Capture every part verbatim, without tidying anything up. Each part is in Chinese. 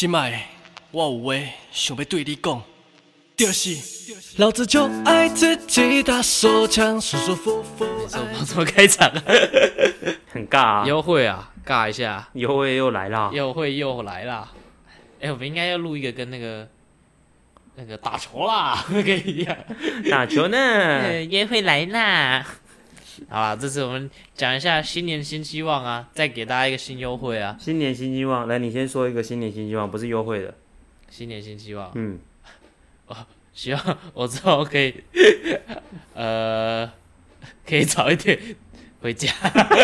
心爱，我有话想要对你讲，就是老子就爱自己打手枪，舒舒服服。 怎么怎么开场啊？ 很尬啊！ 优惠啊，尬一下， 优惠又来啦！ 优惠又来啦！哎、欸，我们应该要录一个跟那个那个打球啦那个一样， 打球呢？ 呃，约会来啦！好啦，这次我们讲一下新年新希望啊，再给大家一个新优惠啊！ 新年新希望，来，你先说一个新年新希望，不是优惠的。 新年新希望， 嗯， 哦，希望我之后可以，呃，可以早一点回家。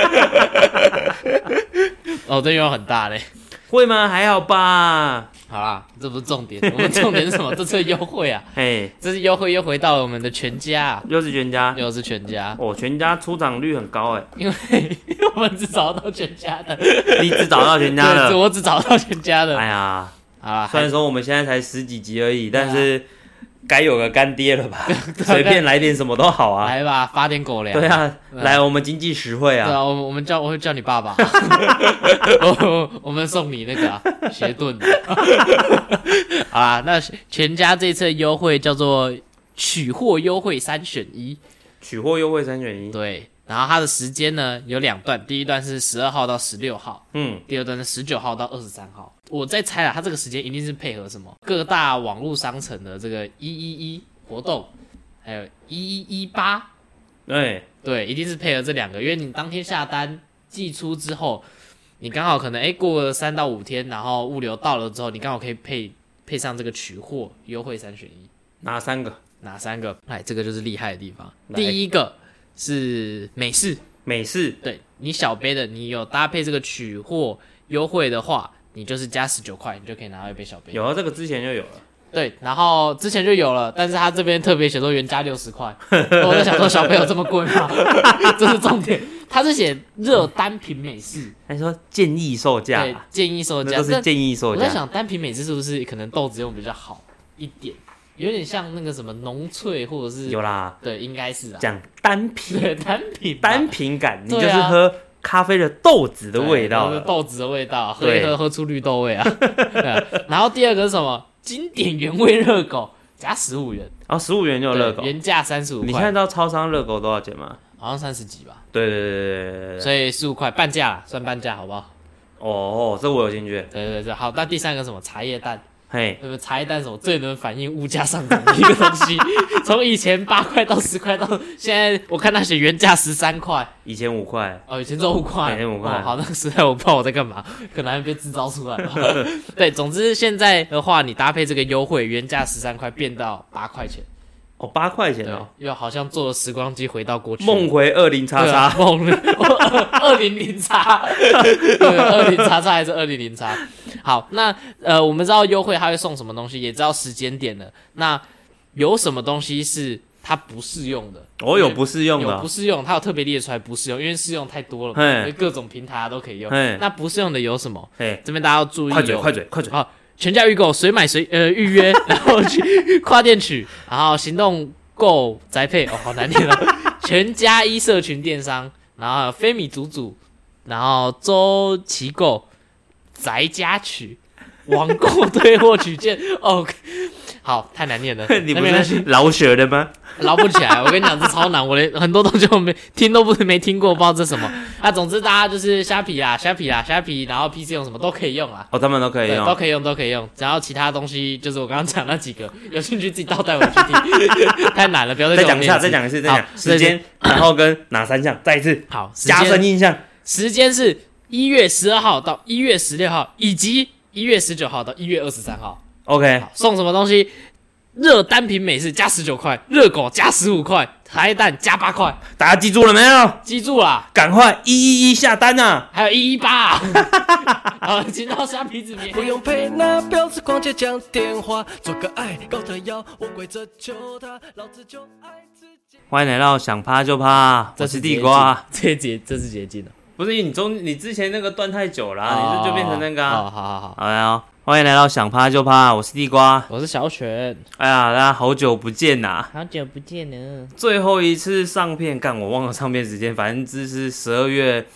哦，这愿望很大嘞。 会吗？还好吧。 好啦，这不是重点，我们重点是什么？这次优惠啊， 嘿， 这次优惠又回到了我们的全家、啊， 又是全家， 又是全家。 哦，全家出场率很高哎， 因为我们只找到全家的， 你只找到全家对， 了， 我只找到全家的。 哎呀， 好啦， 虽然说我们现在才十几集而已，但是该有个干爹了吧？随便来点什么都好啊。 来吧，发点狗粮。 对啊，来，我们经济实惠啊。 对啊，我我们叫我会叫你爸爸，我我们送你那个啊鞋盾。好啦，那全家这次的优惠叫做取货优惠三选一， 取货优惠三选一。 对，然后它的时间呢有两段，第一段是十二号到十六号， 嗯， 第二段是十九号到二十三号。我在猜啦，它这个时间一定是配合什么各大网络商城的这个一一一活动，还有一一一八。 对对，一定是配合这两个，因为你当天下单寄出之后，你刚好可能哎过了三到五天，然后物流到了之后，你刚好可以配配上这个取货优惠三选一。 哪三个？ 哪三个？哎，这个就是厉害的地方。 来第一个是美式， 美式。 对你小杯的，你有搭配这个取货优惠的话，你就是加十九块，你就可以拿到一杯小杯。 有啊，这个之前就有了。 对，然后之前就有了，但是他这边特别写说原价六十块，我在想说小朋友这么贵吗？这是重点，他是写热单瓶美式， 他说建议售价， 对，建议售价， 那都是建议售价。 我在想单瓶美式是不是可能豆子用比较好一点，有点像那个什么浓萃或者是有啦， 对，应该是啊， 讲单品， 对单品单品感，你对啊就是喝咖啡的豆子的味道了， 豆子的味道，喝对一喝喝出绿豆味啊。对啊，然后第二个是什么？经典原味热狗加十五元， 然后十五元就有热狗， 原价三十五块。 你现在知道超商热狗多少钱吗？ 好像三十几吧。 对对对对对对， 所以十五块半价啦，算半价好不好？ 哦哦，这我有兴趣。 对对对，好。那第三个什么茶叶蛋？ 嘿， 对不对？茶叶蛋是什么最能反映物价上涨的一个东西？从以前八块到十块，到现在我看它写原价十三块， 以前五块， 哦，以前只有五块， 以前五块哦。好，那个时代我不知道我在干嘛，可能还被制造出来吧。对，总之现在的话，你搭配这个优惠，原价十三块变到八块钱， 哦，八块钱对哦，， 又好像坐了时光机回到过去， 梦回二零叉对啊叉， 梦二零零叉，对，二零叉叉还是二零零叉？好，那呃，我们知道优惠它会送什么东西，也知道时间点了。那有什么东西是它不适用的？ 我有不适用的有不，适用，它有特别列出来不适用，因为适用太多了嘛， 嘿所以各种平台都可以用嘿。 那不适用的有什么？ 嘿， 这边大家要注意， 快嘴有快嘴快嘴， 好，全家预购，随买随呃预约，然后去跨店取，然后行动购宅配，哦，好难念哦。全家一社群电商，然后还有飞米祖祖，然后周奇购，宅家取，网购退货取件，哦，好，太难念了， 你不那没关系是老舍的吗？ 捞不起来。我跟你讲，这超难，我连很多东西我没听都不是没听过，不知道这是什么。那、啊、总之大家就是虾皮啦，虾皮啦，虾皮，然后 P C 用什么都可以用啦。 哦，他们都可以对， 用， 都可以用，都可以用。然后其他东西就是我刚刚讲那几个，有兴趣自己倒带回去听，太难了，不要再再讲一下， 叫我念再讲一次，再好讲时间，然后跟哪三项，再一次好，时间加深印象。 时间是一月十二号到一月十六号，以及一月十九号到一月二十三号。 OK， 好，送什么东西？热单瓶美式加十九块，热狗加十五块，茶叶蛋加八块， 大家记住了没有？ 记住啦。 赶快一一一下单啊！ 还有一一八，好，请到虾皮子面。 不用陪那婊子逛街讲电话，做个爱高他要，我跪着求他，老子就爱自己。 欢迎来到想趴就趴，我是地瓜。 这节这是捷径了， 不是你中你之前那个断太久了、啊，你这就变成那个、啊。 好好好好， 好来哦，欢迎来到想趴就趴，我是地瓜。 我是小犬， 哎呀，大家好久不见呐、 好久不见了。 最后一次上片，干我忘了上片时间，反正这是十二月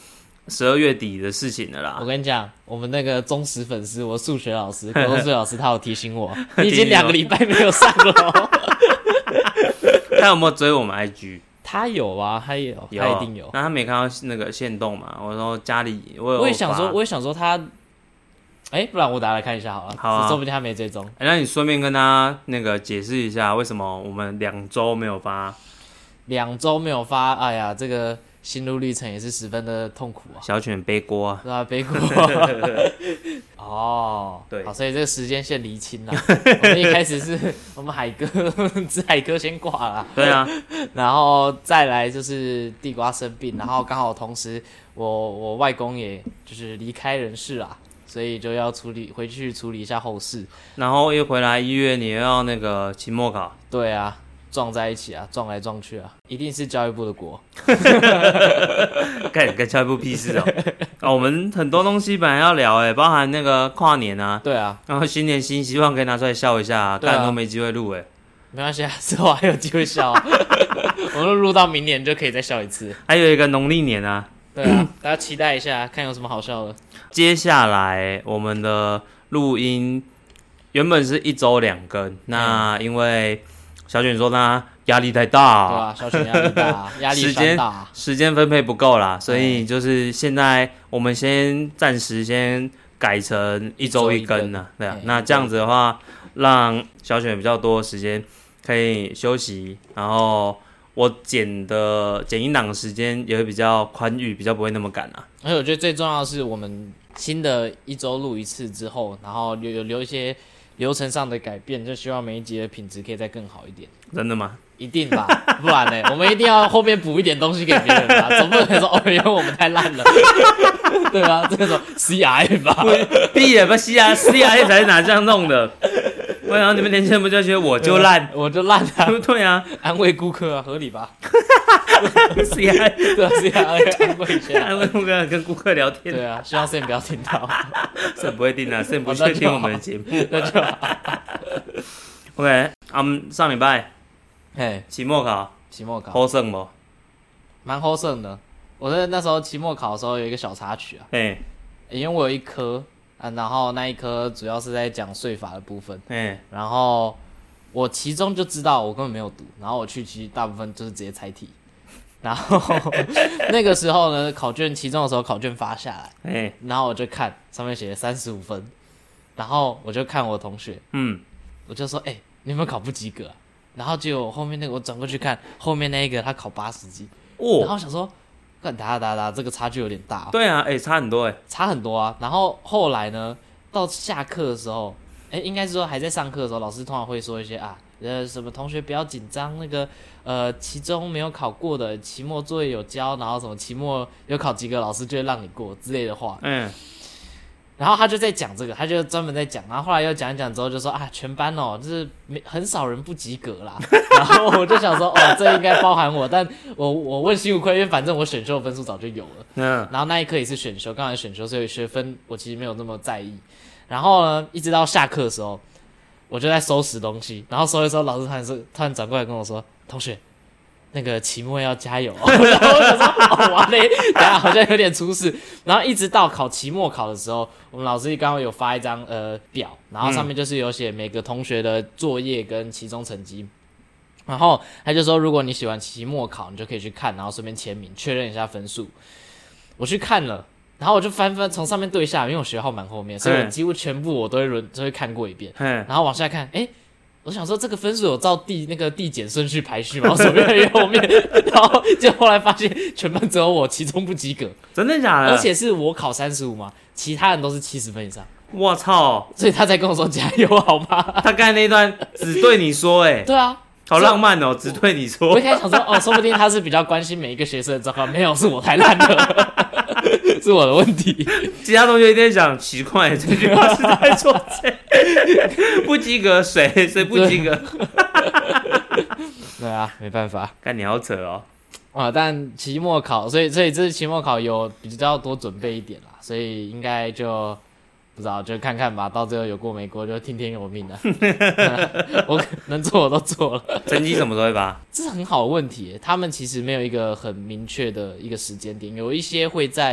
十二月底的事情了啦。 我跟你讲，我们那个忠实粉丝，我数学老师、国中数学老师，他有提醒我，你已经两个礼拜没有上了、哦。 他有没有追我们 I G？ 他有啊，他有， 有他一定有。 那他没看到那个限动嘛？我说家里我有， 我也想说，我也想说他，哎、欸，不然我打来看一下好了， 好啊， 说不定他没追踪。 哎、欸，那你顺便跟他那个解释一下，为什么我们两周没有发？ 两周没有发，哎呀，这个心路历程也是十分的痛苦啊。 小犬背锅啊， 是吧？背锅。哦， 对， 好，所以这个时间线厘清了。我们一开始是我们海哥，只海哥先挂了， 对啊， 然后再来就是地瓜生病，然后刚好同时我我外公也就是离开人世啊，所以就要处理回去处理一下后事。 然后一回来一月你又要那个期末考， 对啊。撞在一起啊，撞来撞去啊，一定是教育部的锅。 干干教育部屁事哦！哦，我们很多东西本来要聊诶，包含那个跨年啊， 对啊， 然后新年新希望可以拿出来笑一下啊，干、啊、都没机会录诶。 没关系啊，之后还有机会笑、啊，我们录到明年就可以再笑一次。 还有一个农历年啊， 对啊，大家期待一下，看有什么好笑的。 接下来我们的录音原本是一周两更，那因为小卷说他压力太大， 对啊，小卷压力大，压力山大， 时间分配不够啦，所以就是现在我们先暂时先改成一周一更啊，对啊，那这样子的话，让小卷比较多的时间可以休息，然后我剪的剪音档的时间也会比较宽裕，比较不会那么赶啊。 而且我觉得最重要的是，我们新的一周录一次之后，然后有有留一些流程上的改变，就希望每一集的品质可以再更好一点。 真的吗？ 一定吧，不然呢，我们一定要后面补一点东西给别人吧，总不能说哦，因为我们太烂了，对吧？这个时候 C R M 吧， 屁也不 C R C R M 才是哪这样弄的？对啊，你们年轻人不就觉得我就烂， 我就烂啊？ 对啊， 安慰顾客啊，合理吧 ？C R M 对啊 ，C R M 安慰一下， 安慰顾客，跟顾客聊天。 对啊，希望 Sam 不要听到 ，Sam 不会听的 ，Sam 不会听我们的节目， 那就好。 OK， 我们上礼拜。 嘿， 期末考， 期末考好胜不？ 蛮好胜的。我在那时候期末考的时候有一个小插曲啊， 哎， 因为我有一科啊，然后那一科主要是在讲税法的部分， 哎， 然后我其中就知道我根本没有读，然后我去其实大部分就是直接猜题，然后那个时候呢，考卷期中的时候考卷发下来， 哎， 然后我就看上面写三十五分，然后我就看我同学， 嗯， 我就说，哎、欸，你有没有考不及格啊？然后结果后面那个我转过去看，后面那一个他考八十几，哦，然后想说，干打打打，这个差距有点大、哦。 对啊，哎、欸，差很多哎、欸， 差很多啊。然后后来呢，到下课的时候，哎，应该是说还在上课的时候，老师通常会说一些啊，呃，什么同学不要紧张，那个呃，期中没有考过的，期末作业有交，然后什么期末有考及格，老师就会让你过之类的话。嗯。然后他就在讲这个，他就专门在讲，然后后来又讲一讲之后就说啊，全班哦，就是没很少人不及格啦。然后我就想说，哦，这应该包含我，但我我问心无愧，因为反正我选修的分数早就有了。嗯。然后那一科也是选修，刚才选修，所以学分我其实没有那么在意。然后呢，一直到下课的时候，我就在收拾东西，然后收一收，老师突然说，突然转过来跟我说，同学。那个期末要加油、哦，然后我就说哦完嘞，等下好像有点出事。然后一直到考期末考的时候，我们老师刚刚有发一张呃表，然后上面就是有写每个同学的作业跟期中成绩。然后他就说，如果你喜欢期末考，你就可以去看，然后顺便签名确认一下分数。我去看了，然后我就翻翻从上面对下，因为我学号蛮后面，所以我几乎全部我都会轮都会看过一遍。然后往下看，哎。我想说这个分数有照递那个递减顺序排序吗？我手边越后面，然后就后来发现全班只有我期中不及格， 真的假的？ 而且是我考三十五嘛，其他人都是七十分以上。 我操！ 所以他才跟我说加油好吗？ 他刚才那一段只对你说、欸，哎， 对啊， 好浪漫哦，只对你说。 我一开始想说，哦，说不定他是比较关心每一个学生的状况，没有，是我太烂了。是我的问题， 其他同学一定想奇怪，这句话是在说谁？不及格谁？谁不及格？ 对啊，没办法， 看你好扯哦。 啊，但期末考，所以所以这次期末考有比较多准备一点啦，所以应该就不知道，就看看吧。到最后有过没过，就听天由命了。我能做我都做了。 成绩什么时候会发？ 这是很好的问题耶，他们其实没有一个很明确的一个时间点，有一些会在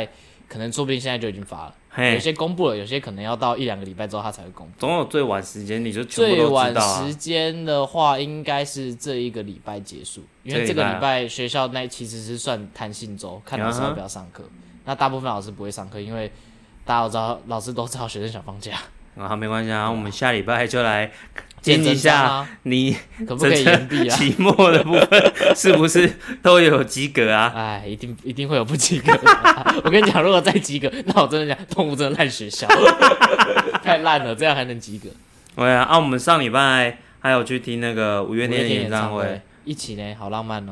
可能说不定现在就已经发了。 嘿有些公布了，有些可能要到一两个礼拜之后他才会公布。 总有最晚时间，你就全部最都知道、啊、 晚时间的话，应该是这一个礼拜结束，因为这个礼拜学校那其实是算弹性周，看老师要不要上课。Uh-huh. 那大部分老师不会上课，因为大家都知道，老师都知道学生想放假。 啊，没关系啊，我们下礼拜就来见一下你可不可以延毕啊？ 期末的部分是不是都有及格啊？ 哎，一定一定会有不及格的、啊。我跟你讲，如果再及格，那我真的讲，动物真的烂学校，太烂了，这样还能及格？ 对啊，啊，我们上礼拜还有去听那个五月天的演唱会， 一起呢，好浪漫哦。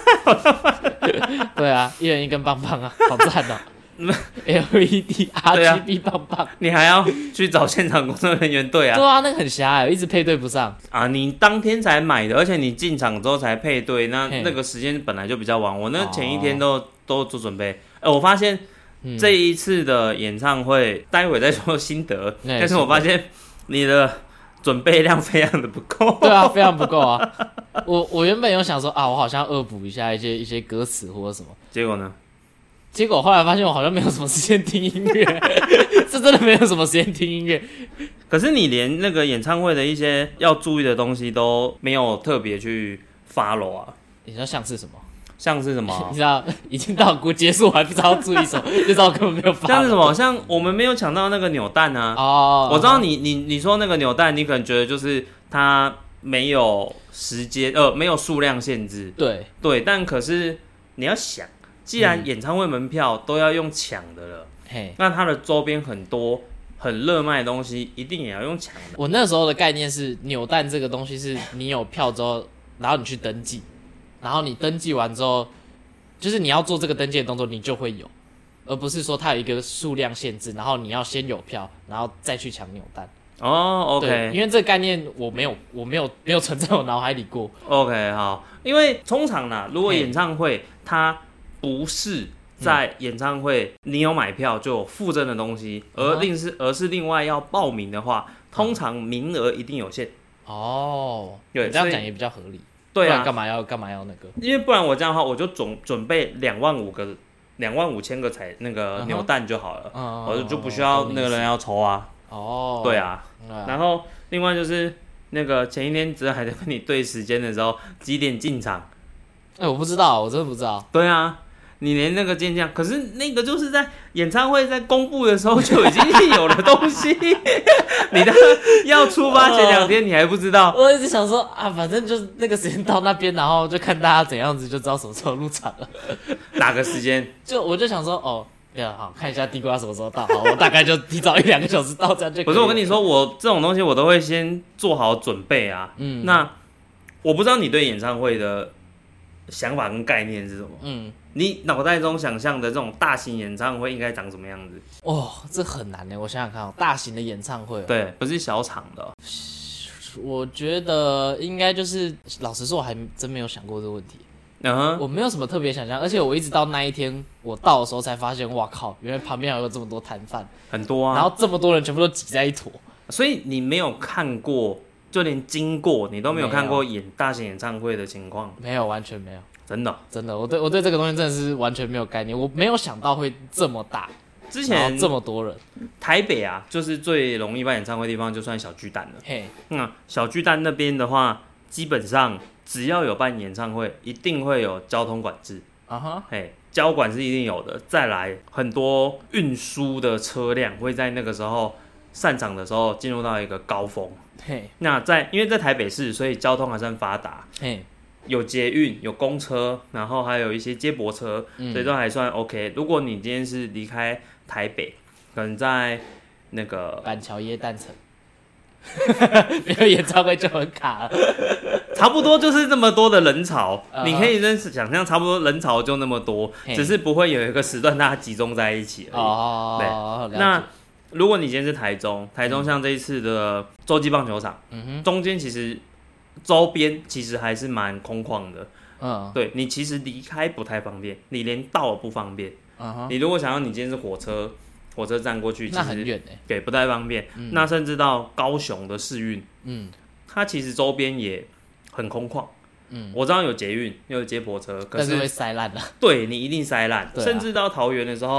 对啊，一人一根棒棒啊，好赞哦。L E D R G B 棒棒、啊， 你还要去找现场工作人员对啊？ 对啊，那个很狭隘，一直配对不上啊！你当天才买的，而且你进场之后才配对，那那个时间本来就比较晚。我那前一天都、哦、都做准备。哎、欸，我发现这一次的演唱会，嗯、待会再说心得。但是我发现你的准备量非常的不够。 对啊，非常不够啊！我我原本有想说啊，我好像恶补一下一些一些歌词或者什么， 结果呢？ 结果后来发现我好像没有什么时间听音乐，是真的没有什么时间听音乐。 可是你连那个演唱会的一些要注意的东西都没有特别去 follow 啊？ 你说像是什么？ 像是什么？ 你知道已经到估结束，我还不知道注意什么，就知道我根本没有 follow。 像是什么？像我们没有抢到那个扭蛋啊。哦，我知道你你你说那个扭蛋，你可能觉得就是它没有时间呃没有数量限制。 对对，但可是你要想。既然演唱会门票都要用抢的了、嗯，那它的周边很多很热卖的东西，一定也要用抢的。 我那时候的概念是，扭蛋这个东西是你有票之后，然后你去登记，然后你登记完之后，就是你要做这个登记的动作，你就会有，而不是说它有一个数量限制，然后你要先有票，然后再去抢扭蛋。 哦 ，OK， 因为这个概念我没有，我没有没有存在我脑海里过。 OK， 好，因为通常啦，如果演唱会它不是在演唱会，你有买票就有附赠的东西，而另是而是另外要报名的话，通常名额一定有限。 哦，对，这样讲也比较合理。 对啊， 不然干嘛要干嘛要那个？ 因为不然我这样的话，我就准准备两万五个、两万五千个彩那个扭蛋就好了，嗯、我就就不需要那个人要抽啊。哦，对啊。嗯、然后另外就是那个前一天只还在跟你对时间的时候，几点进场？ 哎、欸，我不知道，我真的不知道。 对啊。你连那个健将，可是那个就是在演唱会在公布的时候就已经有的东西，你的要出发前两天你还不知道。 我一直想说啊，反正就是那个时间到那边，然后就看大家怎样子，就知道什么时候入场了。 哪个时间？ 就我就想说，哦，呀，好看一下地瓜什么时候到，好，我大概就提早一两个小时到，这样就可以了。 可是我跟你说，我这种东西我都会先做好准备啊。嗯，那我不知道你对演唱会的想法跟概念是什么？嗯。你脑袋中想象的这种大型演唱会应该长什么样子？ 哦，这很难呢。我想想看哦，大型的演唱会、哦， 对，不是小场的、哦。 我觉得应该就是，老实说，我还真没有想过这个问题。 嗯哼， 我没有什么特别想象，而且我一直到那一天我到的时候才发现，哇靠，原来旁边还有这么多摊贩， 很多啊， 然后这么多人全部都挤在一坨。 所以你没有看过，就连经过你都没有看过演大型演唱会的情况？ 没有，完全没有。 真的、哦， 真的，我对我对这个东西真的是完全没有概念，我没有想到会这么大， 之前这么多人。 台北啊，就是最容易办演唱会的地方，就算小巨蛋了。嘿，嗯，小巨蛋那边的话，基本上只要有办演唱会，一定会有交通管制。啊哈，嘿，交管是一定有的。再来，很多运输的车辆会在那个时候散场的时候进入到一个高峰。嘿，那在因为在台北市，所以交通还算发达。嘿。有捷运，有公车，然后还有一些接驳车，嗯、所以都还算 OK。如果你今天是离开台北，可能在那个板桥耶诞城，没有演唱会就很卡了。 差不多就是这么多的人潮， uh-huh. 你可以认识想象，差不多人潮就那么多， hey. 只是不会有一个时段大家集中在一起而已。 哦、oh, 对，那如果你今天是台中，台中像这一次的洲际棒球场，嗯、中间其实。周边其实还是蛮空旷的，嗯，对你其实离开不太方便，你连到不方便，嗯、你如果想要你今天是火车火车站过去， 那很远哎， 对，不太方便。嗯、那甚至到高雄的市运，嗯，它其实周边也很空旷，嗯，我知道有捷运，有接驳车，可是但是会塞烂了。 对你一定塞烂，甚至到桃园的时候，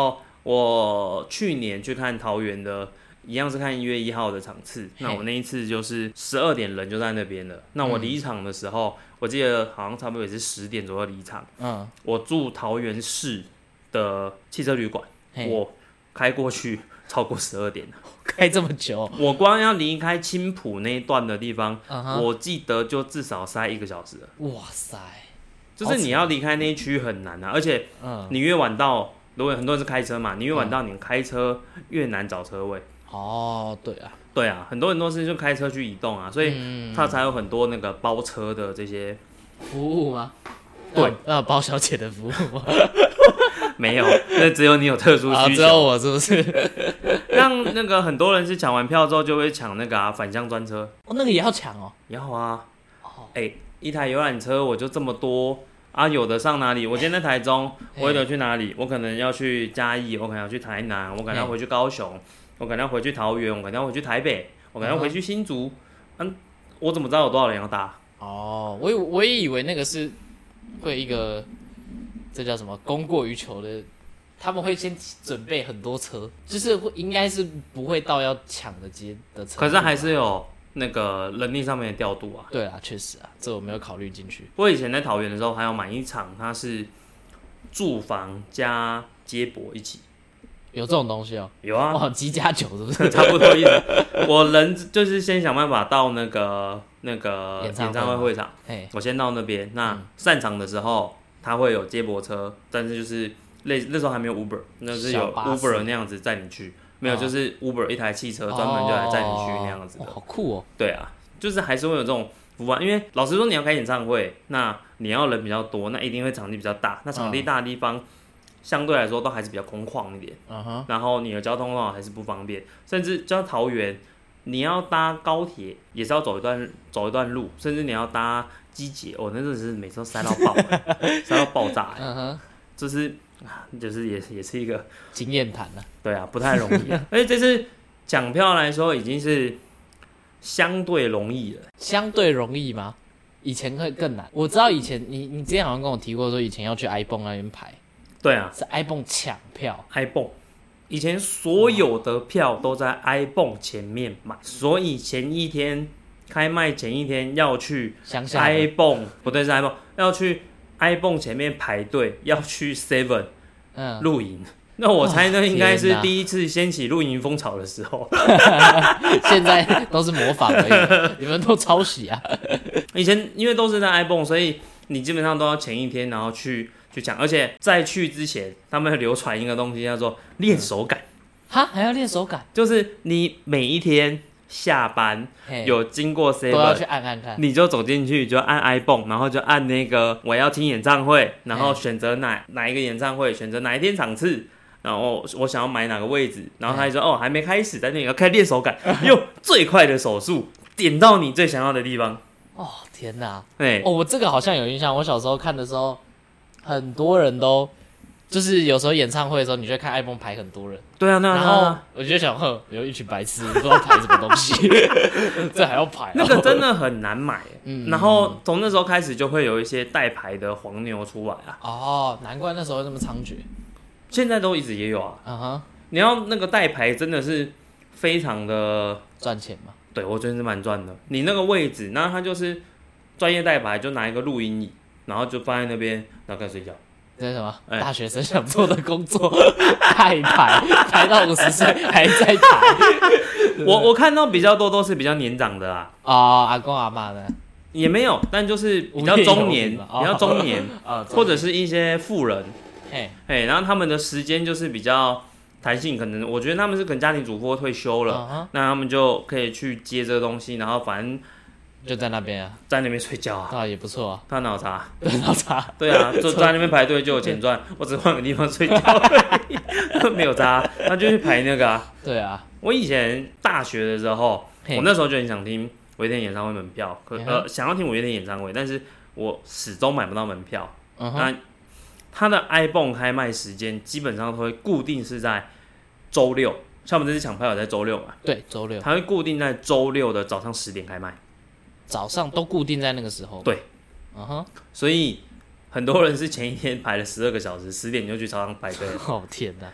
我去年去看桃园的，一样是看一月一号的场次。那我那一次就是十二点人就在那边了。那我离场的时候，嗯、我记得好像差不多也是十点左右离场。嗯，我住桃园市的汽车旅馆，我开过去超过十二点了。 开这么久？ 我光要离开青埔那一段的地方，uh-huh. 我记得就至少塞一个小时了。 哇塞！ 就是你要离开那一区很难啊，而且你越晚到，如果很多人是开车嘛，你越晚到，你开车越难找车位。 哦，对啊， 对啊，很多人都是就开车去移动啊，所以他才有很多那个包车的这些服务吗？ 对， 那包小姐的服务吗？ 没有，那只有你有特殊需求，啊、 只有我是不是？ 让那个很多人是抢完票之后就会抢那个啊返乡专车， 哦，那个也要抢哦。 要啊，哦，哎、欸，一台游览车我就这么多啊，有的上哪里？我今天在台中，我有的去哪里？我可能要去嘉义，我可能要去台南，我可能要回去高雄，我可能要回去桃园，我可能要回去台北，我可能要回去新竹。嗯、啊，我怎么知道有多少人要搭？ 哦，我我也以为那个是会一个。这叫什么？供过于求的，他们会先准备很多车，就是会应该是不会到要抢的街的车。 可是还是有那个人力上面的调度啊。 对啊，确实啊，这我没有考虑进去。 我以前在桃园的时候，还有买一场，它是住房加接驳一起。 有这种东西哦？ 有啊， 哇，机加酒是不是？ 差不多意思。我人就是先想办法到那个那个演唱会会场，我先到那边。那散场的时候。它会有接驳车，但是就是类那时候还没有 Uber， 那是有 Uber 那样子载你去，没有就是 Uber 一台汽车专门就来载你去那样子的。 哦，好酷哦！ 对啊，就是还是会有这种服务啊，因为老实说你要开演唱会，那你要人比较多，那一定会场地比较大，那场地大的地方、嗯、相对来说都还是比较空旷一点，嗯、然后你的交通还是不方便，甚至就像桃园，你要搭高铁也是要走一段走一段路，甚至你要搭。机捷哦，那真的是每次都塞到爆，塞到爆炸，嗯哼，就是就是也也是一个经验谈了， 对啊，不太容易，而且这次抢票来说已经是相对容易了， 相对容易吗？以前会更难，我知道以前你你之前好像跟我提过说以前要去 iPhone 那边排， 对啊， 是 iPhone 抢票 ，iPhone 以前所有的票都在 iPhone 前面买，所以前一天。开卖前一天要去 iPhone， 不对是 iPhone， 要去 iPhone 前面排队，要去 Seven 露营。那我猜那应该是第一次掀起露营风潮的时候。 现在都是模仿而已，你们都抄袭啊！ 以前因为都是在 iPhone， 所以你基本上都要前一天然后去去抢，而且在去之前，他们流传一个东西叫做练手感。 哈，还要练手感？ 就是你每一天。下班有经过 seven 都要去按按看， 你就走进去就按 iPhone， 然后就按那个我要听演唱会，然后选择哪哪一个演唱会，选择哪一天场次，然后我想要买哪个位置，然后他就说哦还没开始，但是你要开始练手感，用最快的手速点到你最想要的地方。 哦天哪， 对， 哦我这个好像有印象，我小时候看的时候，很多人都。就是有时候演唱会的时候，你就会看 iPhone 排很多人， 对啊，那然后我就想，呵，有一群白痴，不知道排什么东西，这还要排、啊， 那个真的很难买。嗯，然后从那时候开始就会有一些代排的黄牛出来啊。 哦，难怪那时候那么猖獗， 现在都一直也有啊。嗯哼，你要那个代排真的是非常的赚钱嘛？ 对，我觉得是蛮赚的。你那个位置，那他就是专业代排，就拿一个录音椅，然后就放在那边，然后开始睡觉。 这是什么？欸、大学生想做的工作，太排排到五十岁还在排。 我我看到比较多都是比较年长的啦。 哦，阿公阿嬷的也没有，但就是比较中年，比较中年，哦、或者是一些富人。嘿，嘿，然后他们的时间就是比较弹性，可能我觉得他们是可能家庭主妇退休了，嗯、那他们就可以去接这个东西，然后反正。 就在那边啊， 在那边睡觉啊， 啊也不错啊。 他脑茶， 对脑茶， 对啊，就在那边排队就有钱赚。我只换个地方睡觉而已，没有差。他就去排那个啊。 对啊， 我以前大学的时候，我那时候就很想听五月天演唱会门票，可呃想要听五月天演唱会，但是我始终买不到门票。嗯哼，那他的 iPhone 开卖时间基本上都会固定是在周六，像我们这次抢票也在周六嘛。 对，周六， 它会固定在周六的早上十点开卖。 早上都固定在那个时候， 对，嗯哼，所以很多人是前一天排了十二个小时，十点就去超商排队。 哦天哪，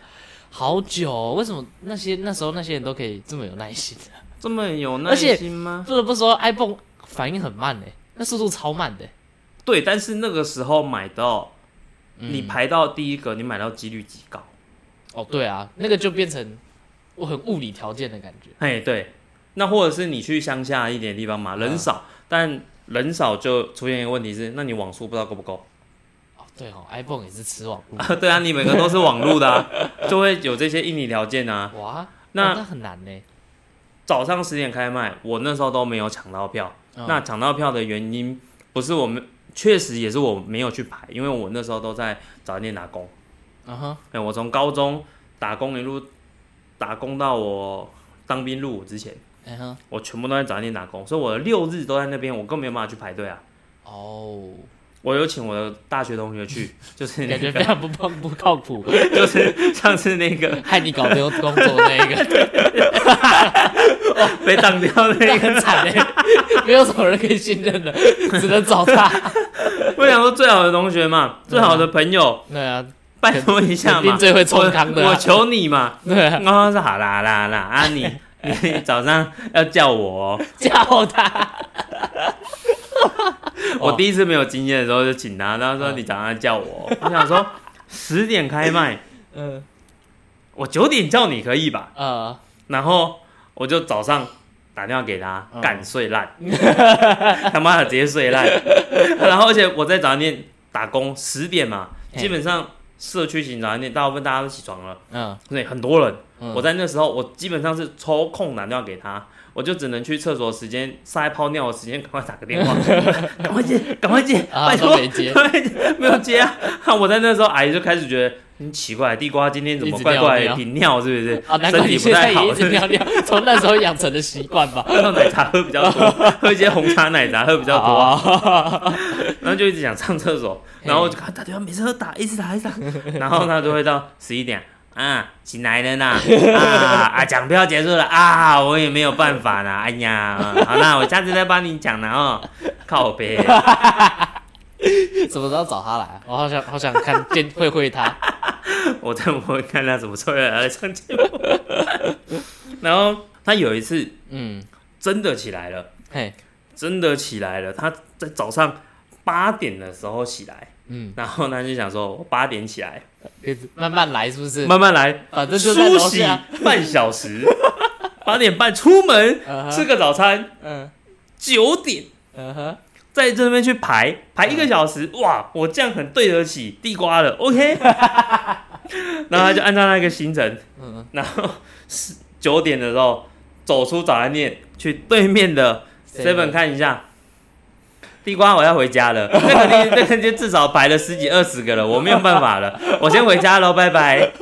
好久、哦，为什么那些那时候那些人都可以这么有耐心、啊、 这么有耐心吗？ 不得不说 ，iPhone 反应很慢诶，那速度超慢的。 对，但是那个时候买到， 嗯、 你排到第一个，你买到几率极高。 哦，对啊，那个就变成我很物理条件的感觉。 哎，对，那或者是你去乡下一点的地方嘛，人少，嗯、但人少就出现一个问题是，那你网速不知道够不够。 哦，对哦 ，iPhone 也是吃网路。 对啊，你每个都是网路的、啊，就会有这些硬体条件啊。 哇， 那、 哦、那很难呢。 早上十点开卖，我那时候都没有抢到票。嗯、那抢到票的原因不是我们，确实也是我没有去排，因为我那时候都在早餐店打工。嗯哼，哎，我从高中打工一路打工到我当兵入伍之前，嗯哼，我全部都在早餐店打工，所以我的六日都在那边，我更没有办法去排队啊。哦，我有请我的大学同学去，就是感觉非常不不靠谱， 就是上次那个害你搞丢工作那个， 哦，被当掉那个很惨哎，没有什么人可以信任的，只能找他。 我想说，最好的同学嘛，最好的朋友， 对啊。 拜托一下嘛， 肯定最会冲康的、啊我，我求你嘛。 对啊， 然后说好啦啦啦啊你，你你早上要叫我、哦， 叫他。 我第一次没有经验的时候就请他，然后说你早上要叫我、哦，我想说十点开卖，嗯，我九点叫你可以吧？呃，然后我就早上打电话给他，干、嗯、睡烂，他妈的直接睡烂，然后而且我在早餐店打工，十点嘛，基本上。社区型早餐店大部分大家都起床了，嗯，对，很多人。嗯、我在那时候，我基本上是抽空打电话给他，我就只能去厕所的时间、撒泡尿的时间，赶快打个电话，赶快接，赶快接，拜托， 没接， 没有接啊！我在那时候，阿姨就开始觉得很奇怪，地瓜今天怎么怪怪的，频尿是不是？ 啊，难怪你现在也一直尿尿，从那时候养成的习惯吧。 喝奶茶喝比较多，喝一些红茶奶茶喝比较多，然后就一直想上厕所。然后我就给他打电话，每次都打，一直打，一直打，然后他就会到十一点，啊，醒来了啦，啊啊，抢票结束了啊，我也没有办法啦，哎呀，好啦，我下次再帮你讲啦哦，靠北， 什么时候找他来？我好想好想看见会会他， 我真不会看他怎么出来上节目。然后他有一次，嗯，真的起来了，嘿，真的起来了，他在早上。八点的时候起来，嗯，然后他就想说，我八点起来， 慢慢来，是不是？ 慢慢来， 反正就在楼下半小时，八点半出门、uh-huh, 吃个早餐，嗯，九点，嗯哼，在这边去排排一个小时， uh-huh. 哇，我这样很对得起地瓜了 ，OK， 然后他就按照那个行程，嗯，然后九点的时候走出早餐店，去对面的 seven 看一下。地瓜，我要回家了。那个那个就至少排了十几二十个了，我没有办法了，我先回家喽，拜拜。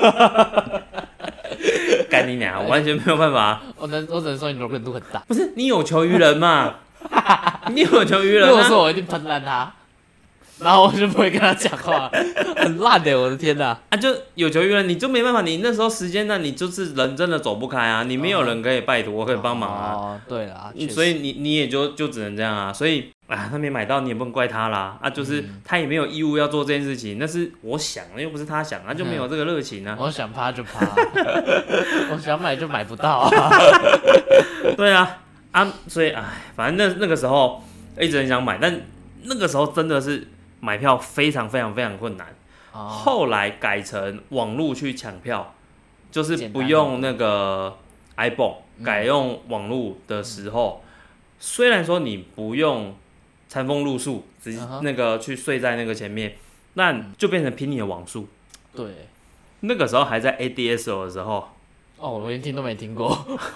干你娘，我完全没有办法。 我能，我只能说你容忍度很大。 不是你有求于人嘛？你有求于人、啊。 如果说我一定喷烂他，然后我就不会跟他讲话，很烂的、欸，我的天哪！ 啊，就有求于人，你就没办法。你那时候时间呢，你就是人真的走不开啊，你没有人可以拜托，可以帮忙啊。 哦，对啦， 所以你你也就就只能这样啊，所以。啊，他没买到，你也不能怪他啦。啊，就是他也没有义务要做这件事情，那是我想，又不是他想，他就没有这个热情啊。 我想趴就趴，我想买就买不到啊。 对啊，啊，所以哎，反正那那个时候一直很想买，但那个时候真的是买票非常非常非常困难。哦、后来改成网路去抢票，就是不用那个 iPhone，、嗯、改用网路的时候，嗯、虽然说你不用。餐风露宿，直接那个去睡在那个前面，那就变成拼你的网速。 对， 那个时候还在 A D S L 的时候， 哦，我连听都没听过。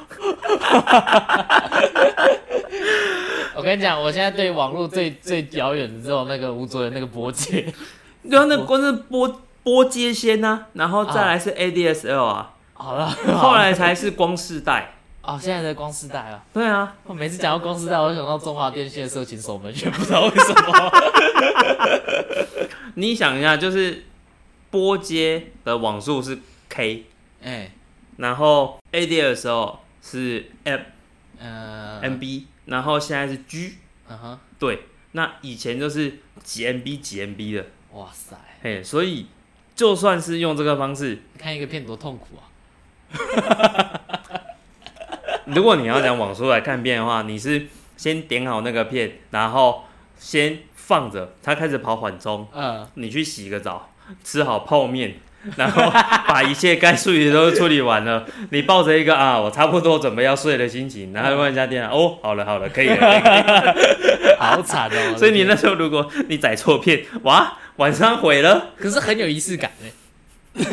我跟你讲，我现在对网络最最遥远的只有那个吴卓源那个波接， 对啊，那光是波波接先啊，然后再来是 A D S L 啊， 好了， 后来才是光世代。 哦，现在在光世代啊。 对啊， 我每次讲到光世代，我就想到中华电信的色情守门员，不知道为什么。 你想一下，就是波接的网速是 K， 哎、欸，然后 A D 的时候是 M， 呃 M B， 然后现在是 G， 嗯哼，对，那以前就是几 M B 几 M B 的， 哇塞， 嘿，所以就算是用这个方式， 看一个片多痛苦啊！ 如果你要讲网速来看片的话，你是先点好那个片，然后先放着，它开始跑缓冲， 嗯， 你去洗个澡，吃好泡面，然后把一切该处理的都处理完了，你抱着一个啊，我差不多准备要睡的心情，然后问一下电脑，哦，好了好了，可以了，可以了好惨哦！ 所以你那时候如果你载错片，哇，晚上毁了。 可是很有仪式感哎。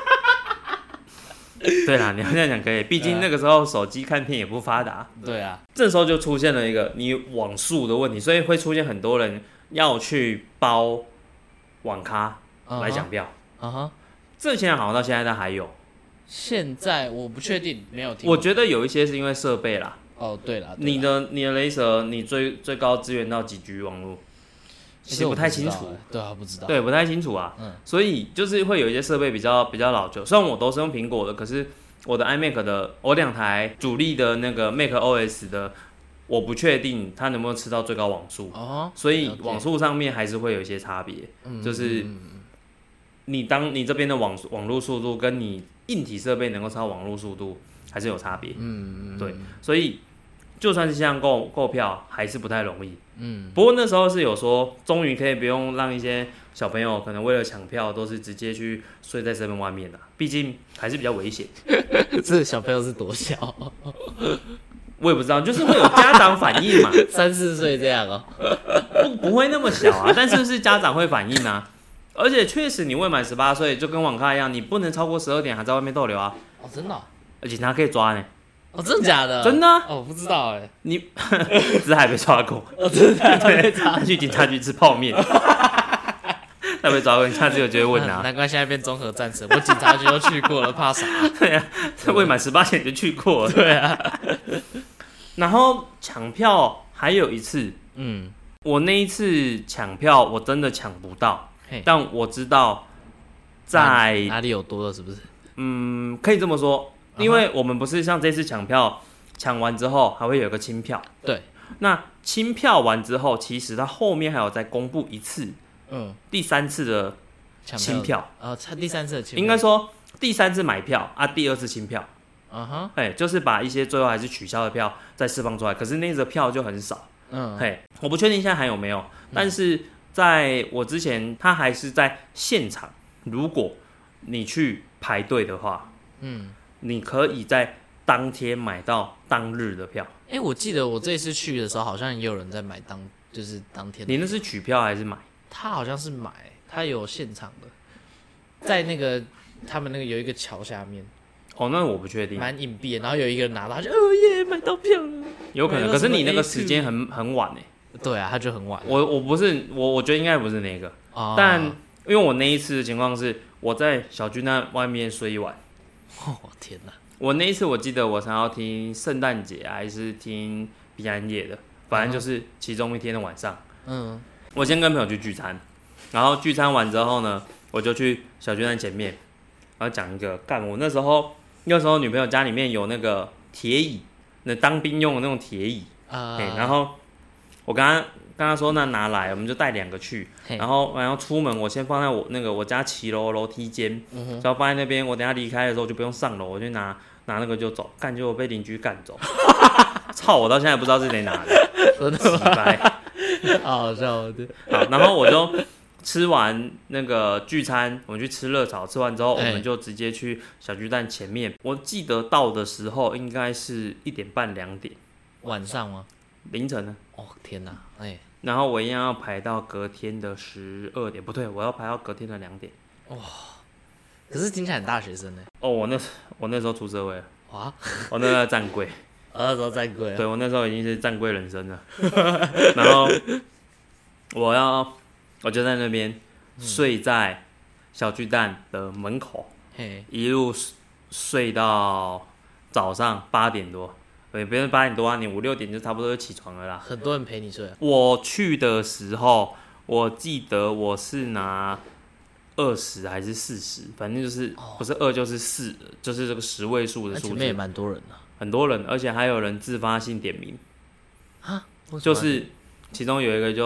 对啦，你要这样讲可以，毕竟那个时候手机看片也不发达。 对啊， 这时候就出现了一个你网速的问题，所以会出现很多人要去包网咖来抢票。 嗯哼， 这现在好像到现在都还有。 现在我不确定，没有听过。 我觉得有一些是因为设备啦。 哦，对啦， 你的你的雷蛇，你最最高支援到几 G 网络？其实不太清楚。 对啊，不知道。 对，不太清楚啊。 嗯， 所以就是会有一些设备比较比较老旧。虽然我都是用苹果的，可是我的 iMac 的，我两台主力的那个 macOS 的，我不确定它能不能吃到最高网速。 哦， 所以网速上面还是会有一些差别。嗯，就是你当你这边的网网络速度跟你硬体设备能够超网络速度还是有差别。嗯，对，所以就算是这样购购票，还是不太容易。嗯，不过那时候是有说，终于可以不用让一些小朋友可能为了抢票，都是直接去睡在seven外面的，毕竟还是比较危险。 这小朋友是多小？ 我也不知道，就是会有家长反应嘛， 三四岁这样哦、 喔，不不会那么小啊，但是是家长会反应啊。而且确实，你未满十八岁，就跟网咖一样，你不能超过十二点还在外面逗留啊。 哦，真的、哦？ 而且警察可以抓呢。 哦，真的假的？ 真的、啊。 哦，我不知道哎。 你只还被抓过？ 哦，真的还被抓？ 他去警察局吃泡面。他被抓过，你下次有机会问啊。 难怪现在变综合战神，我警察局都去过了，怕啥？ 对啊，未满十八前就去过了。 对啊。 然后抢票还有一次，嗯，我那一次抢票我真的抢不到，但我知道在哪里有多了，是不是？ 嗯，可以这么说，因为我们不是像这次抢票，抢完之后还会有一个清票， 对， 那清票完之后，其实它后面还有再公布一次，嗯，第三次的清票， 呃，差第三次的清票， 应该说第三次买票啊，第二次清票。嗯哼，哎，就是把一些最后还是取消的票再释放出来，可是那个票就很少。嗯，嘿，我不确定现在还有没有，但是在我之前，他还是在现场。如果你去排队的话，嗯，你可以在当天买到当日的票。 哎、欸，我记得我这次去的时候，好像也有人在买当，就是当天的票。 你那是取票还是买？ 他好像是买，他有现场的，在那个他们那个有一个桥下面。 哦，那我不确定， 蛮隐蔽的。然后有一个人拿到，他就哦耶，买到票了。 有可能，可是你那个时间很很晚哎。 对啊，他就很晚。 我我不是我，我觉得应该不是那个，哦、但因为我那一次的情况是我在小巨蛋外面睡一晚。 哦天哪！ 我那一次我记得我想要听圣诞节还是听平安夜的，反正就是其中一天的晚上。嗯，我先跟朋友去聚餐，然后聚餐完之后呢，我就去小巨蛋前面，然后讲一个干我那时候。那时候女朋友家里面有那个铁椅，那当兵用的那种铁椅，啊、uh ，然后我跟他跟他说那拿来，我们就带两个去，然后然后出门我先放在我那个我家骑楼楼梯间，然、嗯、后放在那边，我等一下离开的时候就不用上楼，我就拿拿那个就走，干结果被邻居赶走，操！我到现在不知道是谁拿的， 真的吗？好好笑的。 好，然后我就。吃完那个聚餐，我们去吃热炒，吃完之后，我们就直接去小巨蛋前面。我记得到的时候应该是一点半两点， 晚上吗？ 凌晨呢？ 哦天哪，哎！ 然后我一样要排到隔天的十二点，不对，我要排到隔天的两点。 哇！可是听起来很大学生呢。 哦，我那我那时候出社会了。哇！我那时候站柜， 我那时候站柜。 对，我那时候已经是站柜人生了。然后我要。我就在那边睡在小巨蛋的门口，嗯、一路睡到早上八点多，对，别人八点多啊，你五六点就差不多就起床了啦。 很多人陪你睡。 我去的时候，我记得我是拿二十还是四十，反正就是不是二就是四，就是这个十位数的数字。 前面也蛮多人的， 很多人，而且还有人自发性点名啊，就是其中有一个就。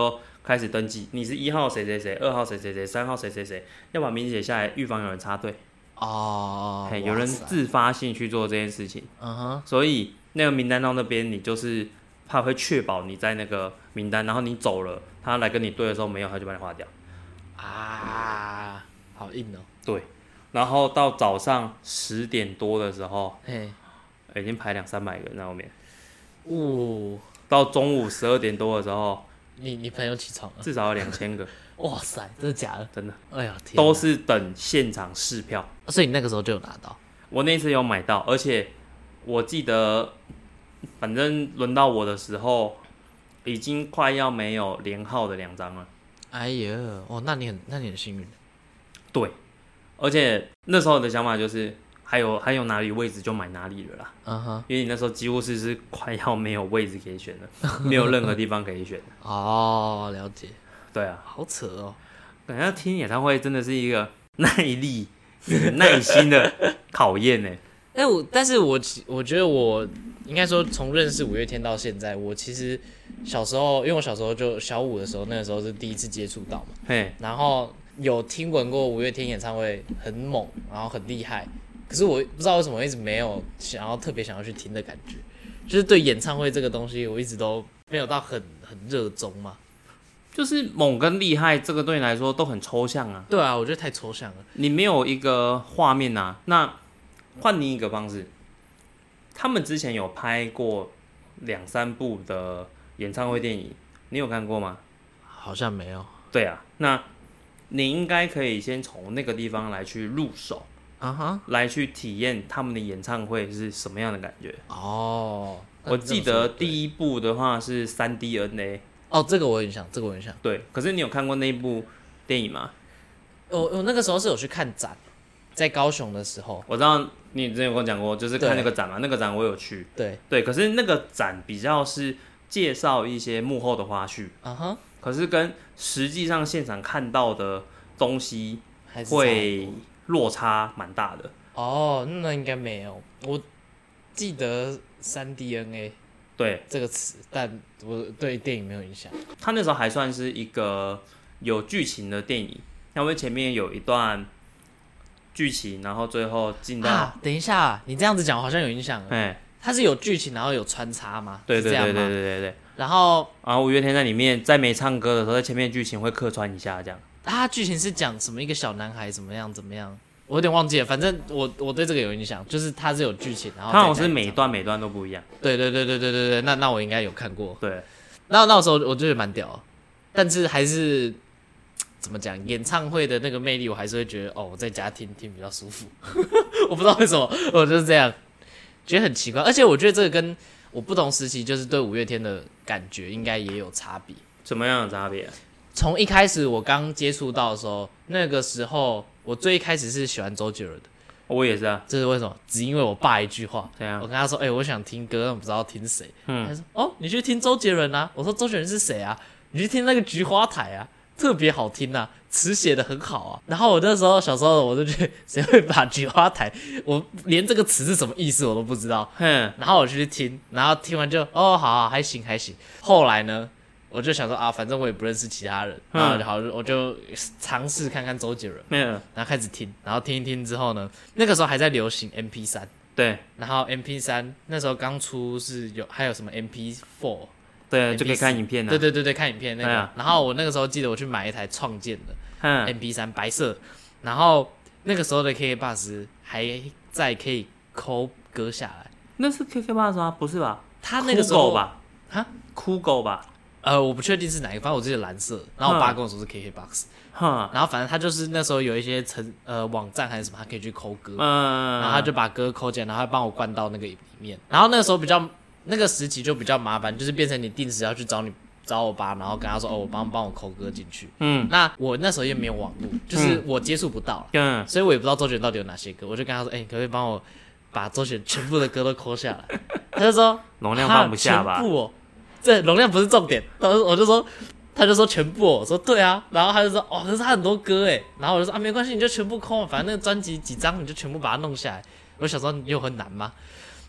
开始登记，你是一号谁谁谁，二号谁谁谁，三号谁谁谁，要把名字写下来，预防有人插队。 哦， 嘿，有人自发性去做这件事情， 嗯哼， 所以那个名单到那边，你就是他会确保你在那个名单，然后你走了，他来跟你对的时候没有，他就把你划掉。 啊，好硬哦。 对，然后到早上十点多的时候， 嘿， 已经排两三百个人在后面。 哦， 到中午十二点多的时候， 你你朋友起床了？ 至少有两千个。 哇塞，真的假的？ 真的， 哎呀，天， 都是等现场试票。 所以你那个时候就有拿到？ 我那次有买到，而且我记得，反正轮到我的时候，已经快要没有连号的两张了。 哎呀，哦，那你很那你很幸运。 对，而且那时候的想法就是，还有还有哪里位置就买哪里了啦。 嗯哼， 因为你那时候几乎是是快要没有位置可以选了，没有任何地方可以选。 哦，了解。 对啊， 好扯哦。 感觉听演唱会真的是一个耐力、耐心的考验呢。 哎，我但是我我觉得我应该说从认识五月天到现在，我其实小时候，因为我小时候就小五的时候，那个时候是第一次接触到嘛， 嘿， 然后有听闻过五月天演唱会很猛，然后很厉害，可是我不知道为什么一直没有想要特别想要去听的感觉，就是对演唱会这个东西，我一直都没有到很很热衷嘛。 就是猛跟厉害，这个对你来说都很抽象啊。 对啊，我觉得太抽象了。 你没有一个画面啊。那换你一个方式，他们之前有拍过两三部的演唱会电影，你有看过吗？ 好像没有。 对啊，那你应该可以先从那个地方来去入手， 啊哈， 来去体验他们的演唱会是什么样的感觉。 哦， 我记得第一部的话是 三 D N A。 哦，这个我有印象，这个我有印象。 对，可是你有看过那一部电影吗？ 我我那个时候是有去看展，在高雄的时候。 我知道你之前有跟我讲过，就是看那个展嘛，那个展我有去。 对对，可是那个展比较是介绍一些幕后的花絮， 啊哈， 可是跟实际上现场看到的东西还是会落差蛮大的。 哦，那应该没有。我记得 三 D N A。 对这个词，但我对电影没有影响。 他那时候还算是一个有剧情的电影，因为前面有一段剧情，然后最后进到、 啊、等一下，你这样子讲我好像有印象了。 哎， 它是有剧情，然后有穿插吗？ 对对对对是这样吗？ 对对对。 然后， 然后五月天在里面在没唱歌的时候，在前面剧情会客串一下这样。 它剧情是讲什么？一个小男孩怎么样怎么样？我有点忘记了，反正我我对这个有印象，就是它是有剧情，然后它好像是每段每段都不一样。 对对对对对对对，那那我应该有看过。 对， 那那时候我觉得蛮屌的，但是还是怎么讲，演唱会的那个魅力，我还是会觉得哦，我在家听听比较舒服。我不知道为什么，我就是这样，觉得很奇怪。而且我觉得这个跟我不同时期就是对五月天的感觉应该也有差别。 什么样的差别？ 从一开始我刚接触到的时候，那个时候我最一开始是喜欢周杰伦的。 我也是啊。 这是为什么？只因为我爸一句话。 怎样？ 我跟他说：“哎、欸，我想听歌，但不知道听谁。” 嗯， 他说：“哦，你去听周杰伦啊。”我说：“周杰伦是谁啊？你去听那个菊花台啊，特别好听啊，词写的很好啊。”然后我那时候小时候我就觉得，谁会把菊花台，我连这个词是什么意思我都不知道。 哼， 然后我就去听，然后听完就哦，好好，还行还行。后来呢？我就想说啊，反正我也不认识其他人，然后就好，我就尝试看看周杰伦， 没有， 然后开始听，然后听一听之后呢，那个时候还在流行 M P 三， 对， 然后 M P 三那时候刚出是有还有什么 M P 四， 对，就可以看影片了。 对对对对，看影片那个。 哎呀然后我那个时候记得我去买一台创建的嗯 M P 三，白色，然后那个时候的 K K Bus 还在可以抠歌下来， 那是 K K Bus 吗？不是吧？ 他那个时候酷狗吧？ 哈， 酷狗吧？ 呃，我不确定是哪一个，反正我记得蓝色。然后我爸跟我说是 K K Box， 哼， 然后反正他就是那时候有一些城呃网站还是什么，他可以去抠歌， 嗯， 然后他就把歌抠进来，然后他帮我灌到那个里面。然后那个时候比较那个时期就比较麻烦，就是变成你定时要去找你找我爸，然后跟他说哦，我帮帮我抠歌进去。 嗯， 那我那时候也没有网络，就是我接触不到了， 嗯， 所以我也不知道周杰伦到底有哪些歌，我就跟他说，哎、欸，你可不可以帮我把周杰伦全部的歌都抠下来？他就说容量放不下吧？ 全部哦。这容量不是重点，我就说，他就说全部、哦，我说对啊，然后他就说哦，可是他很多歌哎，然后我就说啊，没关系，你就全部空，反正那个专辑几张你就全部把它弄下来。我想说你有很难吗？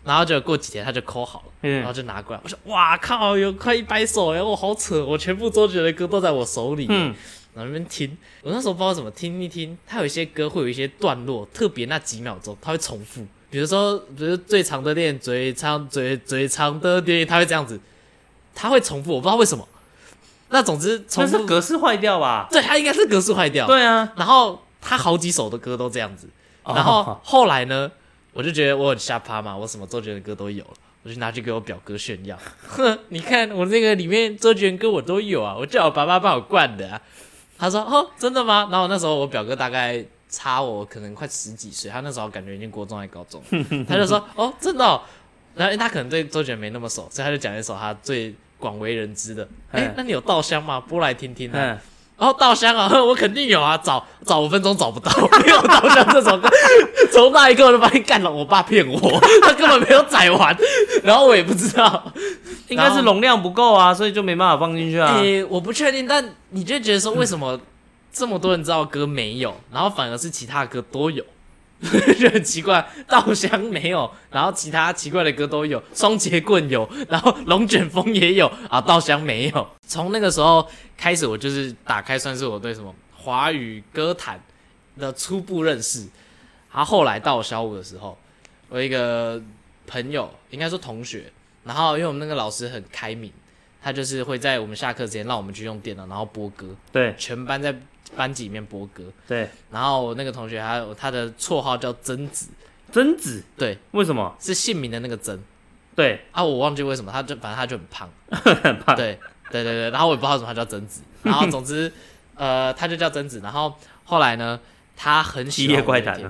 然后就过几天他就抠好了， 嗯然后就拿过来，我说哇靠，有快一百首哎，我好扯，我全部周杰伦的歌都在我手里，嗯，然后那边听，我那时候不知道怎么听一听，他有一些歌会有一些段落，特别那几秒钟，他会重复，比如说，比如最长的恋，最长最最长的恋，他会这样子，他会重复，我不知道为什么。那总之重复， 那是格式坏掉吧？ 对，他应该是格式坏掉。 对啊， 然后他好几首的歌都这样子，然后后来呢，我就觉得我很下趴嘛，我什么周杰伦歌都有了，我就拿去给我表哥炫耀。哼，你看我这个里面周杰伦歌我都有啊，我叫我爸爸帮我灌的啊。他说哦，真的吗？然后那时候我表哥大概差我可能快十几岁，他那时候感觉已经国中还高中，他就说哦，真的哦。然后他可能对周杰伦没那么熟，所以他就讲一首他最广为人知的。哎，那你有稻香吗？播来听听啊。然后稻香啊，我肯定有啊，找找五分钟找不到，没有稻香这首歌。从那一刻我就发现，干了，我爸骗我，他根本没有载完，然后我也不知道， 应该是容量不够啊，所以就没办法放进去啊。 诶，我不确定，但你就觉得说，为什么这么多人知道歌没有，然后反而是其他的歌都有？就很奇怪，稻香没有，然后其他奇怪的歌都有，双节棍有，然后龙卷风也有啊，稻香没有。从那个时候开始，我就是打开，算是我对什么华语歌坛的初步认识。然后后来到我小五的时候，我有一个朋友，应该说同学，然后因为我们那个老师很开明，他就是会在我们下课之前让我们去用电脑，然后播歌， 对， 全班在班级里面播歌， 对。 然后我那个同学他他的绰号叫曾子， 曾子， 对， 为什么？ 是姓名的那个曾， 对啊，我忘记为什么，他就反正他就很胖， 很胖， 对对对对，然后我也不知道为什么他叫曾子，然后总之呃他就叫曾子，然后后来呢，他很喜欢七夜怪谈了，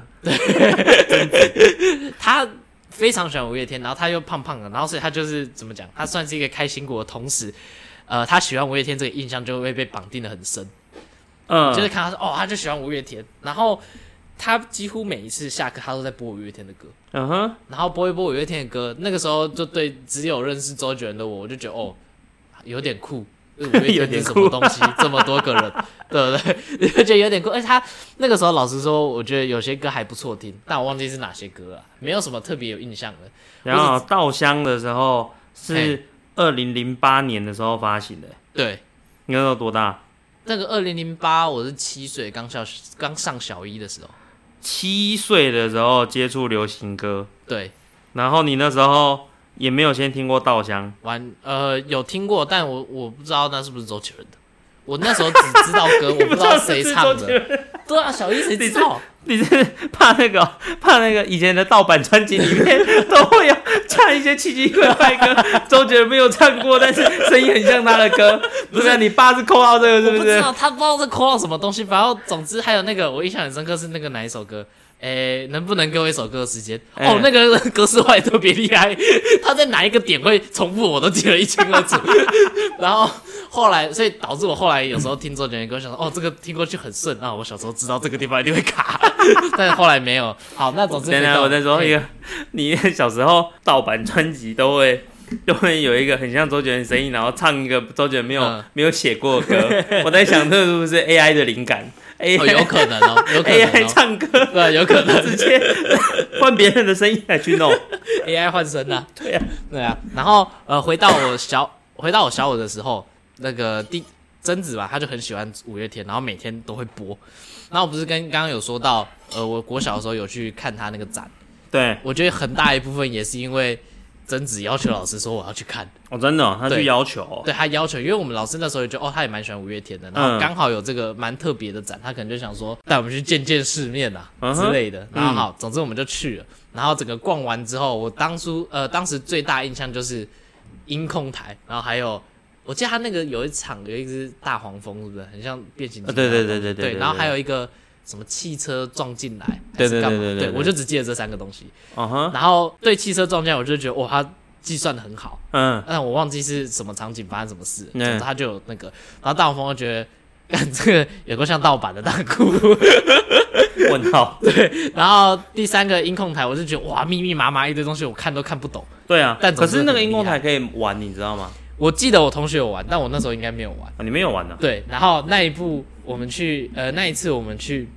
对，他非常喜欢五月天，然后他又胖胖的，然后所以他就是怎么讲，他算是一个开心果的同时，呃，他喜欢五月天这个印象就会被绑定的很深。嗯，就是看他说哦，他就喜欢五月天，然后他几乎每一次下课他都在播五月天的歌，嗯哼，然后播一播五月天的歌，那个时候就对只有认识周杰伦的我，我就觉得哦，有点酷，五月天是什么东西，这么多个人，对不对？你会觉得有点酷，而且他那个时候老实说，我觉得有些歌还不错听，但我忘记是哪些歌了，没有什么特别有印象的。 然后稻香的时候是二零零八年的时候发行的， 对， 你那时候多大？ 那个二零零八，我是七岁，刚小刚上小一的时候。 七岁的时候接触流行歌， 对。 然后你那时候也没有先听过稻香， 完呃有听过，但我我不知道那是不是周杰伦的。我那时候只知道歌，我不知道谁唱的。对啊，小一谁知道？ 你是怕那个怕那个以前的盗版专辑里面都会有唱一些奇奇怪怪歌，周杰伦没有唱过，但是声音很像他的歌。不是你爸是扣到这个是不是？ 我不知道，他不知道是扣到什么东西。反正总之还有那个我印象很深刻是那个哪一首歌？诶，能不能给我一首歌的时间？欸、哦，那个格式化也特别厉害，他在哪一个点会重复，我都记得一清二楚。然后后来，所以导致我后来有时候听周杰伦歌，想说哦，这个听过去很顺啊。我小时候知道这个地方一定会卡，但是后来没有。好，那总之， 等等，我再说一个，你小时候盗版专辑都会。都会有一个很像周杰伦的声音，然后唱一个周杰伦没有、嗯、没有写过的歌。我在想，这是不是 A I 的灵感 ？A I、 哦、有可能哦，有可能、哦、 A I 唱歌， 对，有可能直接换别人的声音来去弄 A I 换声啊， 对啊， 对啊。然后呃，回到我小回到我小五的时候，那个第贞子吧，他就很喜欢五月天，然后每天都会播。然后我不是跟刚刚有说到，呃，我国小的时候有去看他那个展， 对， 我觉得很大一部分也是因为。贞子要求老师说我要去看哦，真的、哦，他去要求、哦， 对，对他要求，因为我们老师那时候也觉得哦，他也蛮喜欢五月天的，然后刚好有这个蛮特别的展，他可能就想说带我们去见见世面啊、嗯、之类的，然后好，总之我们就去了，然后整个逛完之后，我当初呃当时最大印象就是音控台，然后还有我记得他那个有一场有一只大黄蜂，是不是很像变形金刚、啊？ 对对对对 对, 对，然后还有一个。什么汽车撞进来， 对对对对 对, 对，我就只记得这三个东西。Uh-huh. 然后对汽车撞进来，我就觉得哇，他计算的很好。嗯，但我忘记是什么场景发生什么事，总之他就有那个。然后大黄蜂就觉得，干这个有个像盗版的大哭。 问号。 对，然后第三个音控台，我就觉得哇，密密麻麻一堆东西，我看都看不懂。 对啊，但可是那个音控台可以玩，你知道吗？ 我记得我同学有玩，但我那时候应该没有玩。 啊、你没有玩呢、啊？ 对，然后那一部我们去，呃，那一次我们去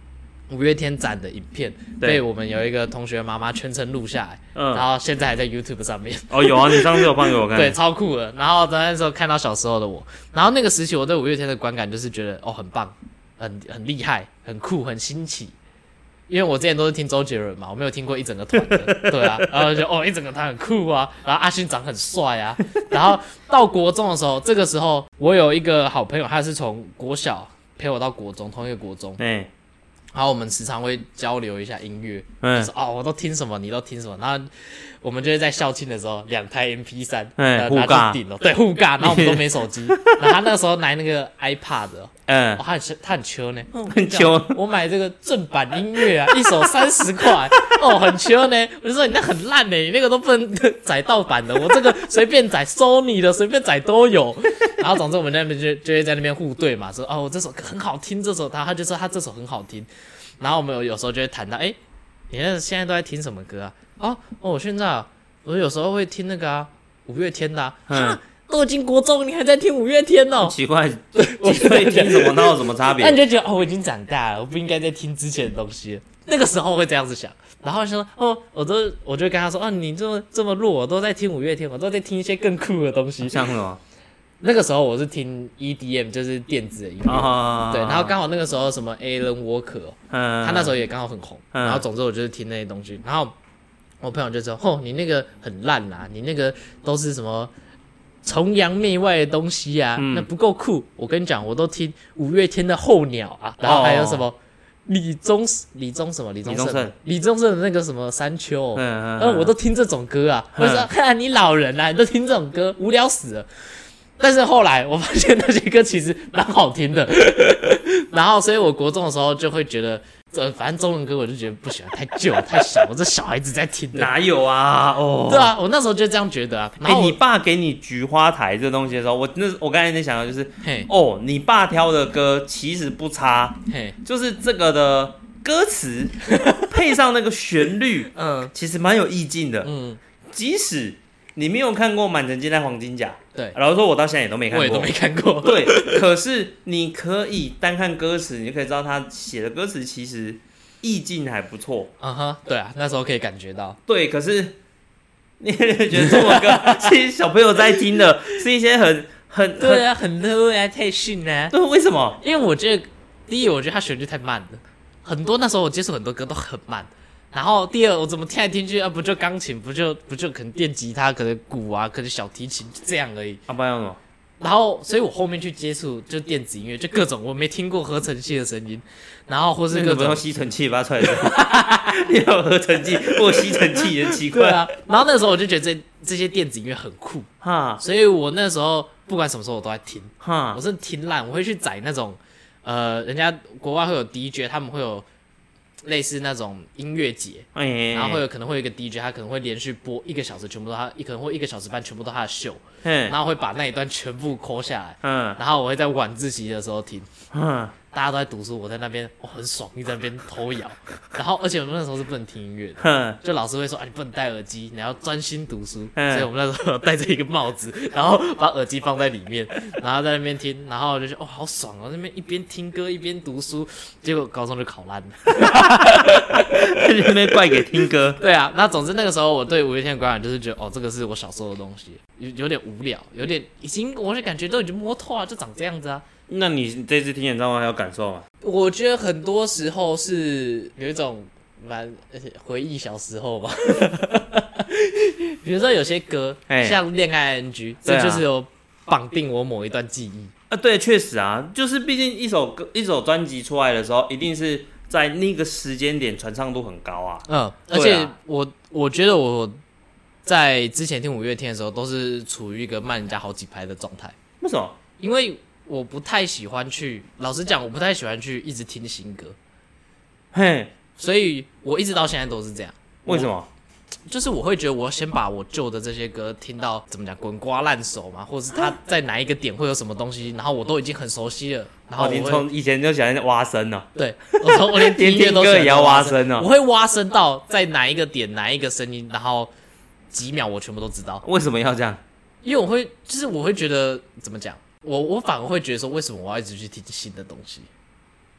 五月天展的影片，被我们有一个同学妈妈全程录下来，嗯，然后现在还在 YouTube 上面。 哦，有啊，你上次有放给我看， 对，超酷的。然后那时候看到小时候的我，然后那个时期我对五月天的观感就是觉得哦，很棒，很很厉害，很酷，很新奇。因为我之前都是听周杰伦嘛，我没有听过一整个团的，对啊，然后就哦一整个团很酷啊，然后阿勋长很帅啊，然后到国中的时候，这个时候我有一个好朋友，他是从国小陪我到国中，同一个国中，哎。然后我们时常会交流一下音乐，嗯，就是哦，我都听什么，你都听什么，然后我们就会在校庆的时候，两台 M P 三，嗯，互尬，顶了，对，互尬，然后我们都没手机，然后他那个时候拿那个 iPad， 嗯，哦、他很他很秋呢， 很秋， 我买这个正版音乐啊，一首三十块，哦，很秋呢，我就说你那很烂呢，你那个都不能载盗版的，我这个随便载 Sony 的，随便载都有。然后总之我们那边就就会在那边互对嘛，说哦，我这首歌很好听，这首他他就说他这首很好听。然后我们有有时候就会谈到，哎，你那现在都在听什么歌啊？哦哦，我现在啊，我有时候会听那个啊，五月天的啊。嗯，都已经国中，你还在听五月天哦？ 奇怪，我会听什么？那有什么差别？ 那你就觉得哦，我已经长大了，我不应该再听之前的东西。那个时候会这样子想，然后说哦，我都我就跟他说，哦，你这么这么弱，我都在听五月天，我都在听一些更酷的东西。 像什么？ 那个时候我是听 E D M， 就是电子的音乐，哦、对，然后刚好那个时候什么 Alan Walker，、哦、他那时候也刚好很红，嗯、然后总之我就是听那些东西，然后我朋友就说：“哦，你那个很烂啦，你那个都是什么崇洋媚外的东西啊，嗯、那不够酷。”我跟你讲，我都听五月天的《候鸟》啊，然后还有什么李宗李宗什么李宗盛李宗盛的那个什么山丘，嗯嗯，我都听这种歌啊。我说：“看你老人啊，你都听这种歌，无聊死了。”但是后来我发现那些歌其实蛮好听的，然后所以我国中的时候就会觉得，呃，反正中文歌我就觉得不喜欢，太旧太小，我这小孩子在听的。 哪有啊？哦， 对啊，我那时候就这样觉得啊。 哎、欸，你爸给你菊花台这东西的时候，我那我刚才在想的就是，哦，你爸挑的歌其实不差，就是这个的歌词配上那个旋律，嗯，其实蛮有意境的，嗯，即使。你没有看过《满城尽带黄金甲》， 对， 老实说，我到现在也都没看过， 我也都没看过。 对，可是你可以单看歌词，你就可以知道他写的歌词其实意境还不错。 嗯哼，对啊，那时候可以感觉到。 对，可是你觉得这首歌其实小朋友在听的是一些很很对啊，很 low 啊，太逊啊。 对，为什么？ 因为我觉得第一，我觉得他旋律太慢了，很多那时候我接触很多歌都很慢。然后第二，我怎么听来听去啊？不就钢琴，不就不就可能电吉他，可能鼓啊，可能小提琴，就这样而已。 啊，不然什么？ 然后，所以我后面去接触就电子音乐，就各种我没听过合成器的声音，然后或是各种用吸尘器发出来的，你有合成器或吸尘器也奇怪。 对啊。然后那个时候我就觉得这这些电子音乐很酷哈，所以我那时候不管什么时候我都在听哈，我是听烂，我会去载那种呃，人家国外会有 D J， 他们会有。类似那种音乐节，欸、然后会有可能会有一个 D J， 他可能会连续播一个小时，全部都他，可能会一个小时半全部都他的秀，然后会把那一段全部抠下来，嗯，然后我会在晚自习的时候听，嗯，大家都在读书，我在那边哦很爽，一直在那边偷摇，然后而且我们那时候是不能听音乐的，就老师会说啊你不能戴耳机，你要专心读书，所以我们那时候戴着一个帽子，然后把耳机放在里面，然后在那边听，然后就觉得哦好爽哦，那边一边听歌一边读书，结果高中就考烂了。 那边怪给听歌， 对啊，那总之那个时候我对五月天的观感就是觉得，哦，这个是我小时候的东西，有有点无聊，有点已经，我就感觉都已经摸透了，就长这样子啊。 那你这次听演唱会还有感受吗？ 我觉得很多时候是有一种蛮回忆小时候吧，比如说有些歌，像《恋爱 I N G》，这就是有绑定我某一段记忆啊。对，确实啊，就是毕竟一首歌、一首专辑出来的时候，一定是。在那个时间点传唱度很高啊， 嗯，而且我我觉得我在之前听五月天的时候，都是处于一个慢人家好几拍的状态。 为什么？ 因为我不太喜欢去，老实讲，我不太喜欢去一直听新歌，嘿，所以我一直到现在都是这样。 为什么？ 就是我会觉得我先把我旧的这些歌听到怎么讲滚瓜烂熟嘛，或者是他在哪一个点会有什么东西，然后我都已经很熟悉了。然后你从以前就喜欢挖声了， 对，我从我连听音乐都喜欢也要挖声了。 我会挖声到在哪一个点哪一个声音，然后几秒我全部都知道。 为什么要这样？ 因为我会就是我会觉得怎么讲，我我反而会觉得说，为什么我要一直去听新的东西？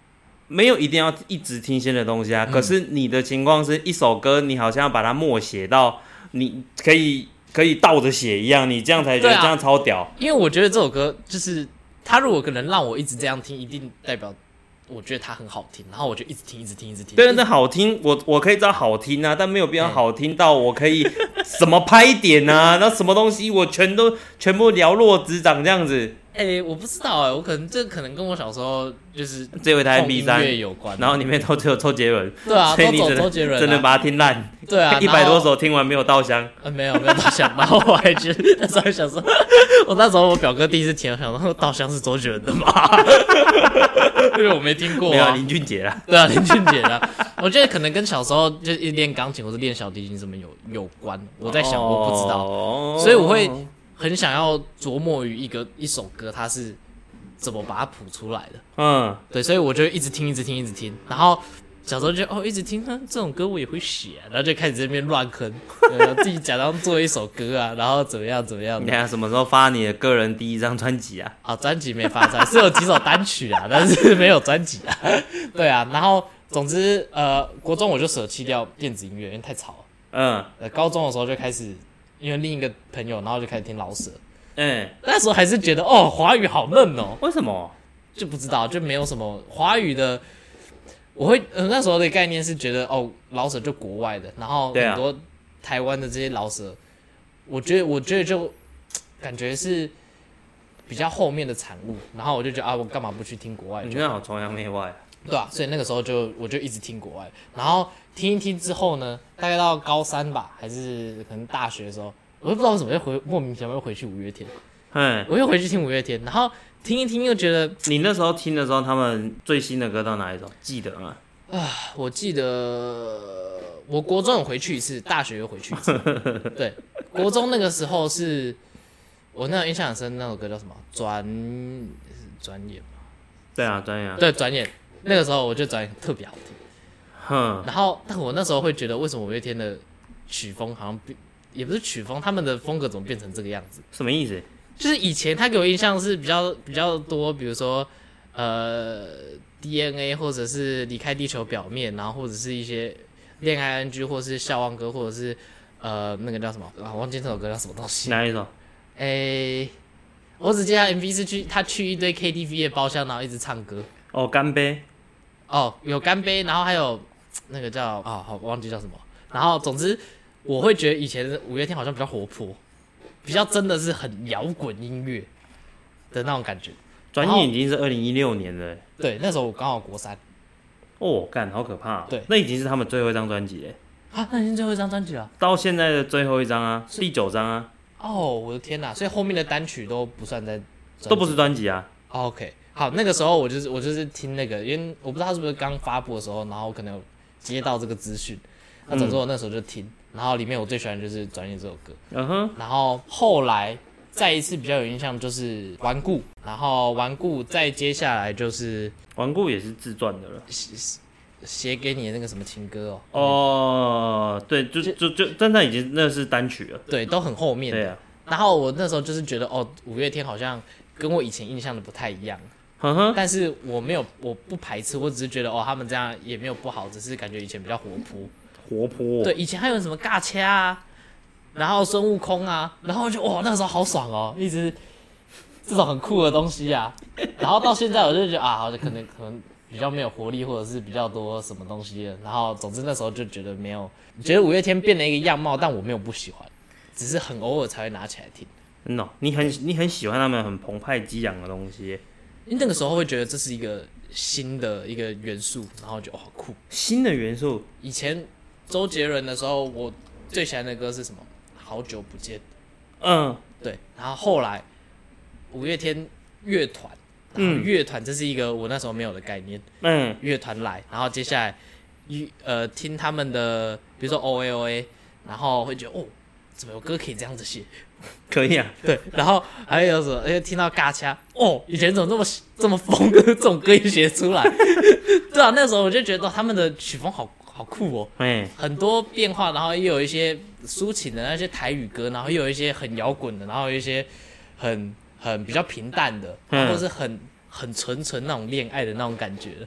没有一定要一直听新的东西啊。嗯、可是你的情况是一首歌，你好像要把它默写到你可以可以倒着写一样，你这样才觉得这样超屌。啊、 因为我觉得这首歌就是它如果可能让我一直这样听，一定代表。我觉得它很好听，然后我就一直听，一直听，一直听。 对，那好听，我我可以知道好听啊，但没有必要好听到我可以什么拍点啊，那什么东西我全都全部了若指掌这样子。 哎、欸，我不知道哎、欸，我可能这可能跟我小时候就是这有一台 M P 三有关， 然后里面都只有周杰伦。 对啊， 所以你都走周杰伦、啊， 真的把它听烂。 对啊， 一百多首听完没有稻香。 呃，没有没有稻香，然后我还觉得那时候想说，我那时候我表哥第一次听，我想说稻香是周杰伦的吗？因为我没听过、啊。 没有林俊杰啦。 对啊，林俊杰啦。我觉得可能跟小时候就练钢琴或是练小提琴什么有有关。我在想，我不知道，哦、所以我会很想要琢磨于一个一首歌，它是怎么把它谱出来的。嗯，对，所以我就一直听，一直听，一直听，然后。小时候就哦一直听，啊，这种歌我也会写、啊，然后就开始在那边乱哼，自己假装做一首歌啊，然后怎么样怎么样。 你看什么时候发你的个人第一张专辑啊？ 啊，专辑没发出来，是有几首单曲啊，但是没有专辑啊。对啊，然后总之呃，国中我就舍弃掉电子音乐，因为太吵了。嗯。呃，高中的时候就开始，因为另一个朋友，然后就开始听老舍。嗯。那时候还是觉得哦，华语好嫩哦。 为什么？ 就不知道，就没有什么华语的。我会、呃、那时候的概念是觉得哦，老舍就国外的，然后很多台湾的这些老舍，啊、我觉得我觉得就感觉是比较后面的产物，然后我就觉得啊，我干嘛不去听国外？ 你觉得好崇洋媚外、啊， 对啊，所以那个时候就我就一直听国外，然后听一听之后呢，大概到高三吧，还是可能大学的时候，我也不知道为什么又回莫名其妙又回去五月天，嗯，我又回去听五月天，然后。听一听又觉得， 你那时候听的时候，他们最新的歌到哪一首？记得吗？ 啊，我记得我国中有回去一次，大学又回去一次。对，国中那个时候是我那个印象很深，那首歌叫什么？转转眼嘛。 对啊，转眼、啊。 对，转眼。那个时候我觉得转眼特别好听。哼。然后，但我那时候会觉得，为什么五月天的曲风好像也不是曲风，他们的风格怎么变成这个样子？ 什么意思？ 就是以前他给我印象是比较比较多，比如说呃 D N A 或者是离开地球表面，然后或者是一些恋爱 I N G 或者是笑忘歌，或者是呃那个叫什么啊？我忘记这首歌叫什么东西。 哪一首？ 诶，我只记得 M V 是去他去一堆 K T V 的包厢，然后一直唱歌。 哦，干杯。 哦，有干杯，然后还有那个叫啊、哦，好忘记叫什么。然后总之我会觉得以前五月天好像比较活泼。比较真的是很摇滚音乐的那种感觉， 转眼已经是二零一六年了。 对，那时候我刚好国三。 哦，干，好可怕、啊。 对， 那已经是他们最后一张专辑嘞。 啊，那已经最后一张专辑了。 到现在的最后一张啊，第九张啊。 哦，我的天哪！所以后面的单曲都不算在， 都不是专辑啊。 哦、OK， 好，那个时候我就是我就是听那个，因为我不知道他是不是刚发布的时候，然后可能有接到这个资讯，那总之我那时候就听。嗯，然后里面我最喜欢的就是《转眼》这首歌，嗯哼。然后后来再一次比较有印象就是《顽固》，然后《顽固》再接下来就是《 顽固》也是自传的了， 写给你的那个什么情歌哦。哦，对，就就就，但那已经那是单曲了， 对，都很后面的。对啊。然后我那时候就是觉得，哦，五月天好像跟我以前印象的不太一样，嗯哼。但是我没有，我不排斥，我只是觉得，哦，他们这样也没有不好，只是感觉以前比较活泼。 活泼， 对，以前还有什么尬掐啊，然后孙悟空啊，然后就哇，那个时候好爽哦，一直这种很酷的东西啊。然后到现在我就觉得啊，好像可能可能比较没有活力，或者是比较多什么东西了。然后总之那时候就觉得没有，觉得五月天变了一个样貌，但我没有不喜欢，只是很偶尔才会拿起来听。 嗯哦，你很你很喜欢他们很澎湃激昂的东西， 因为那个时候会觉得这是一个新的一个元素，然后就哦好酷， 新的元素。 以前。周杰伦的时候，我最喜欢的歌是什么？好久不见。嗯，对。然后后来五月天乐团，然后乐团这是一个我那时候没有的概念。嗯，乐团来，然后接下来呃听他们的，比如说 O A O A， 然后会觉得哦，怎么有歌可以这样子写？ 可以啊。 对，然后还有什么？而且听到尬掐，哦，以前怎么这么这么疯，这种歌也写出来？对啊，那时候我就觉得他们的曲风好。好酷哦，嗯，很多变化，然后又有一些抒情的那些台语歌，然后又有一些很摇滚的，然后有一些很很比较平淡的，或者是很很纯纯那种恋爱的那种感觉。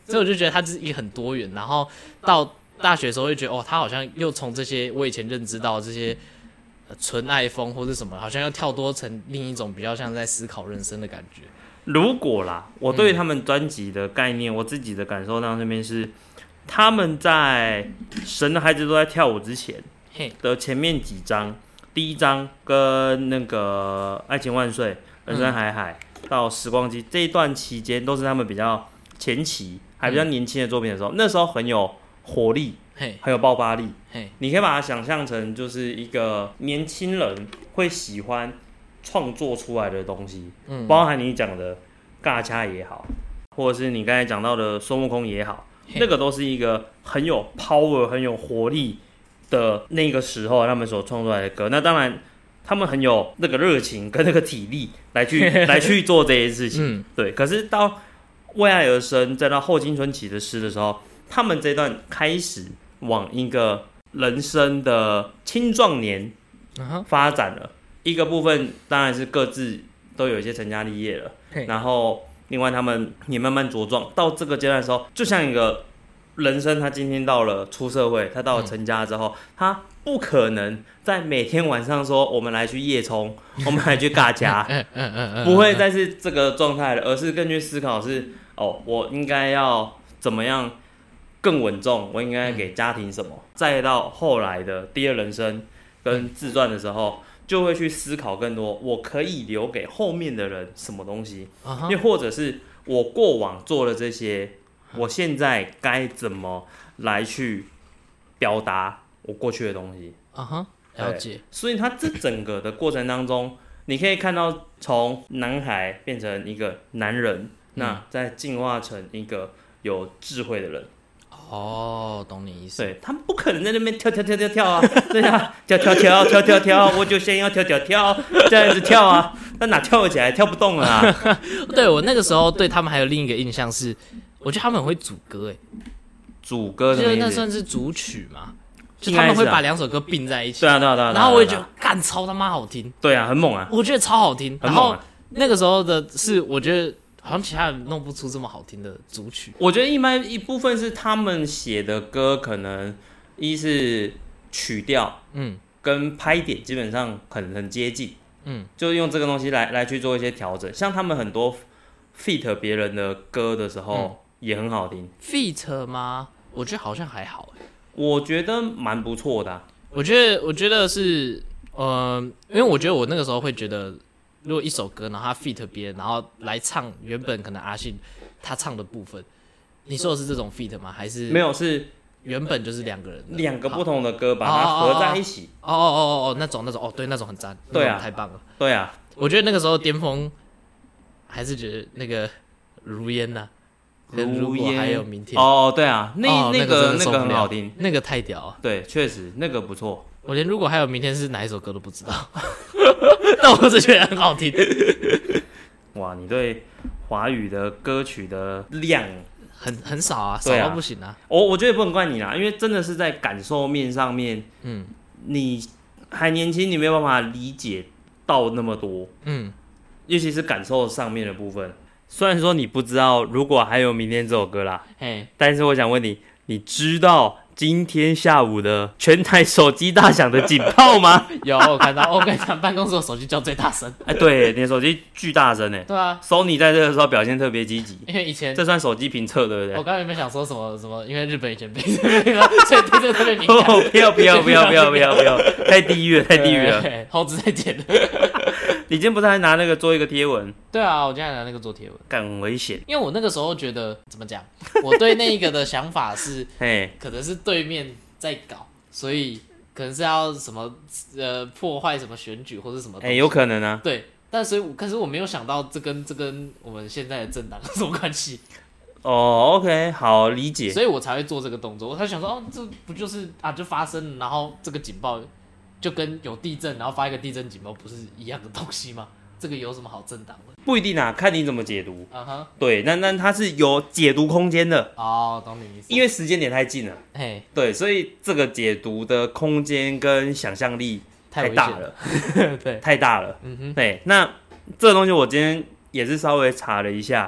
所以我就觉得他是一个很多元，然后到大学的时候会觉得哦，他好像又从这些我以前认知到的这些纯爱风或是什么，好像又跳多成另一种比较像在思考人生的感觉。 如果啦，我对他们专辑的概念，嗯、我自己的感受到那边是，他们在《神的孩子都在跳舞》之前的前面几张，第一张跟那个《爱情万岁》、《人生海海》到《时光机》这一段期间，都是他们比较前期还比较年轻的作品的时候，嗯、那时候很有活力，很有爆发力。你可以把它想象成就是一个年轻人会喜欢创作出来的东西，嗯、包含你讲的尬掐也好，或者是你刚才讲到的孙悟空也好，那个都是一个很有 power、很有活力的那个时候他们所创作出来的歌。那当然，他们很有那个热情跟那个体力来去来去做这些事情，嗯、对。可是到为爱而生，再到后青春期的诗的时候，他们这段开始往一个人生的青壮年发展了。一个部分当然是各自都有一些成家立业了，然后另外他们也慢慢茁壮到这个阶段的时候，就像一个人生，他今天到了出社会，他到了成家之后，嗯、他不可能在每天晚上说我们来去夜冲，我们来去尬掐，不会再是这个状态了，而是更去思考是哦，我应该要怎么样更稳重，我应该给家庭什么，嗯、再到后来的第二人生跟自传的时候。就会去思考更多，我可以留给后面的人什么东西，又、uh-huh. 或者是我过往做的这些，我现在该怎么来去表达我过去的东西。 啊哈，了解。 所以他这整个的过程当中，你可以看到从男孩变成一个男人，嗯、那再进化成一个有智慧的人。 哦，懂你意思。 对，他们不可能在那边跳跳跳跳跳啊，对啊，跳跳跳跳跳跳，我就先要跳跳跳，这样子跳啊，那哪跳得起来？跳不动了啊。 对，我那个时候对他们还有另一个印象是，我觉得他们很会组歌，哎， 组歌什么意思？ 那算是组曲嘛？就他们会把两首歌并在一起。 对啊，对啊，对啊。 然后我也觉得，干超他妈好听。 对啊，很猛啊。 我觉得超好听。 很猛啊。 然后那个时候的是，我觉得。好像其他人弄不出这么好听的组曲。 我觉得一般一部分是他们写的歌，可能一是曲调，嗯，跟拍点基本上很很接近，嗯，就用这个东西来来去做一些调整。像他们很多 feat 别人的歌的时候、嗯、也很好听。 feat 吗？我觉得好像还好哎。 我觉得蛮不错的、啊。 我觉得我觉得是，呃，因为我觉得我那个时候会觉得。如果一首歌，然后他 feat 别人，然后来唱原本可能阿信他唱的部分，你说的是这种 feat 吗？还是没有？是原本就是两个人， 两个不同的歌把它合在一起。 哦哦哦哦哦，那种那种哦，对，那种很赞， 对啊， 太棒了。 对啊， 我觉得那个时候巅峰还是觉得那个如烟呐、啊，如果还有明天。 哦，对啊，那、 哦、 那个那个很好听， 那个太屌了。 对，确实那个不错。 我连如果还有明天是哪一首歌都不知道，但我只觉得很好听。 哇，你对华语的歌曲的量很很少啊，少到不行啊。 我我觉得不能怪你啦，因为真的是在感受面上面，嗯，你还年轻，你没有办法理解到那么多，嗯，尤其是感受上面的部分。虽然说你不知道如果还有明天这首歌啦，但是我想问你，你知道今天下午的全台手机大响的警报吗？ 有，我看到。我跟你讲，办公室的手机叫最大声。 哎，对，你的手机巨大声哎。 对啊 ，Sony 在这个时候表现特别积极， 因为以前这算手机评测对不对？ 我刚才有没有想说什么什么？因为日本以前被所以对这个特别敏感。 哦，不要不要不要不要不要不要，太地狱了，太地狱了。 猴子在剪的。 你今天不是还拿那个做一个贴文？ 对啊，我今天还拿那个做贴文， 干很危险。 因为我那个时候觉得怎么讲，我对那一个的想法是，可能是对面在搞，所以可能是要什么呃破坏什么选举或者什么东西。 哎、欸，有可能啊。 对，但所以可是我没有想到这跟这跟我们现在的政党有什么关系。 哦 ，OK， 好理解。 所以我才会做这个动作。我才想说，哦，这不就是啊，就发生了，然后这个警报就跟有地震，然后发一个地震警报，不是一样的东西吗？这个有什么好政党的？ 不一定啊，看你怎么解读。 啊哈， 对，那那它是有解读空间的。 哦，懂你意思。 因为时间点太近了。 嘿， 对，所以这个解读的空间跟想象力太大了。 对， 太大了。嗯哼，对，那这个东西我今天也是稍微查了一下。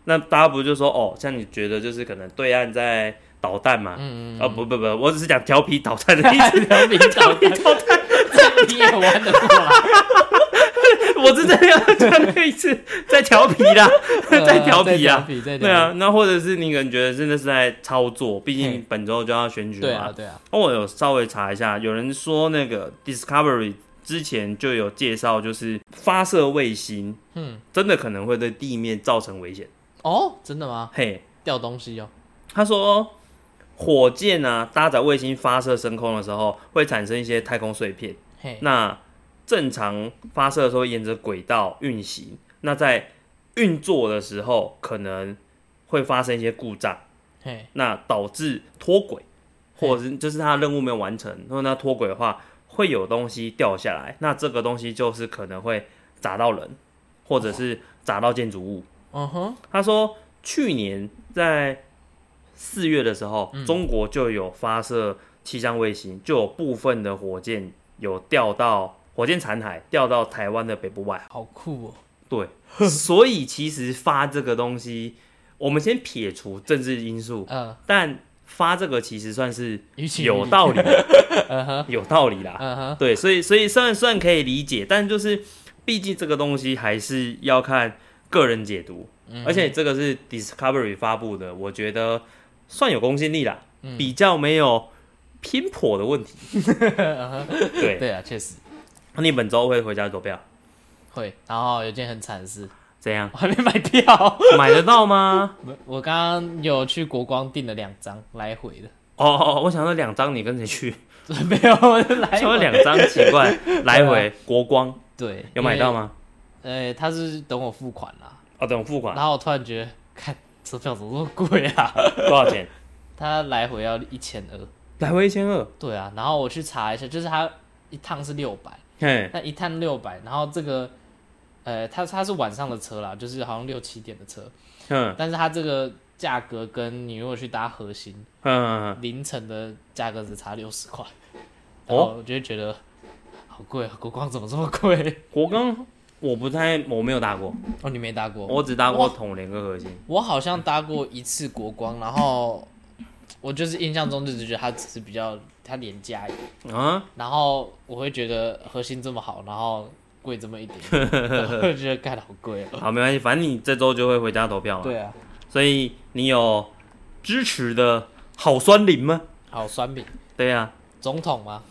那大家不就说哦，像你觉得就是可能对岸在导弹嘛？嗯嗯嗯。哦不不不，我只是讲调皮捣蛋的意思。 调皮捣蛋，这你也玩得过来。 我是这样讲的意思，在调皮啦，在调皮啊，对啊，那或者是你可能觉得真的是在操作，毕竟本周就要选举嘛， 对啊对啊。 那我有稍微查一下，有人说那个 Discovery 之前就有介绍，就是发射卫星，嗯，真的可能会对地面造成危险。 哦，真的吗？ 嘿， 掉东西哦。 他说，火箭啊搭载卫星发射升空的时候，会产生一些太空碎片，嘿，那正常发射的时候沿着轨道运行，那在运作的时候可能会发生一些故障，那导致脱轨，或者是就是它的任务没有完成，如果它脱轨的话，会有东西掉下来，那这个东西就是可能会砸到人，或者是砸到建筑物。嗯哼，他说去年在四月的时候，嗯、中国就有发射气象卫星，就有部分的火箭有掉到。火箭残骸掉到台湾的北部外海， 好酷哦！ 对，所以其实发这个东西，我们先撇除政治因素，嗯，但发这个其实算是有道理的，有道理啦，嗯、对，所以所以虽然虽然可以理解，但就是毕竟这个东西还是要看个人解读，嗯、而且这个是 Discovery 发布的，我觉得算有公信力啦，嗯、比较没有偏颇的问题，对对啊，确实。 那你本周会回家投票？ 会，然后有件很惨的事， 怎样？ 我还没买票， 买得到吗？ 我刚刚有去国光订了两张来回的。 哦哦，我想说两张，你跟谁去？ 没有，我就来回。 说两张奇怪，来回国光， 对， 有买到吗？ 呃，他是等我付款啦。 哦，等我付款。 然后我突然觉得，看车票怎么那么贵啊？ 多少钱？ 他来回要一千二。 来回一千二？ 对啊，然后我去查一下，就是他一趟是六百。那一趟六百，然后这个，呃，它它是晚上的车啦，就是好像六七点的车，嗯，但是它这个价格跟你如果去搭核心，嗯，凌晨的价格只差六十块，然后我就会觉得好贵啊，国光怎么这么贵？ 国光我不太，我没有搭过， 哦，你没搭过， 我只搭过统联跟核心， 我好像搭过一次国光，然后我就是印象中就只觉得它只是比较。它廉价一点，啊，然后我会觉得核心这么好，然后贵这么一点，我会觉得盖得好贵哦。 好，没关系，反正你这周就会回家投票嘛。 对啊， 所以你有支持的好酸民吗？ 好酸民， 对啊。 总统吗？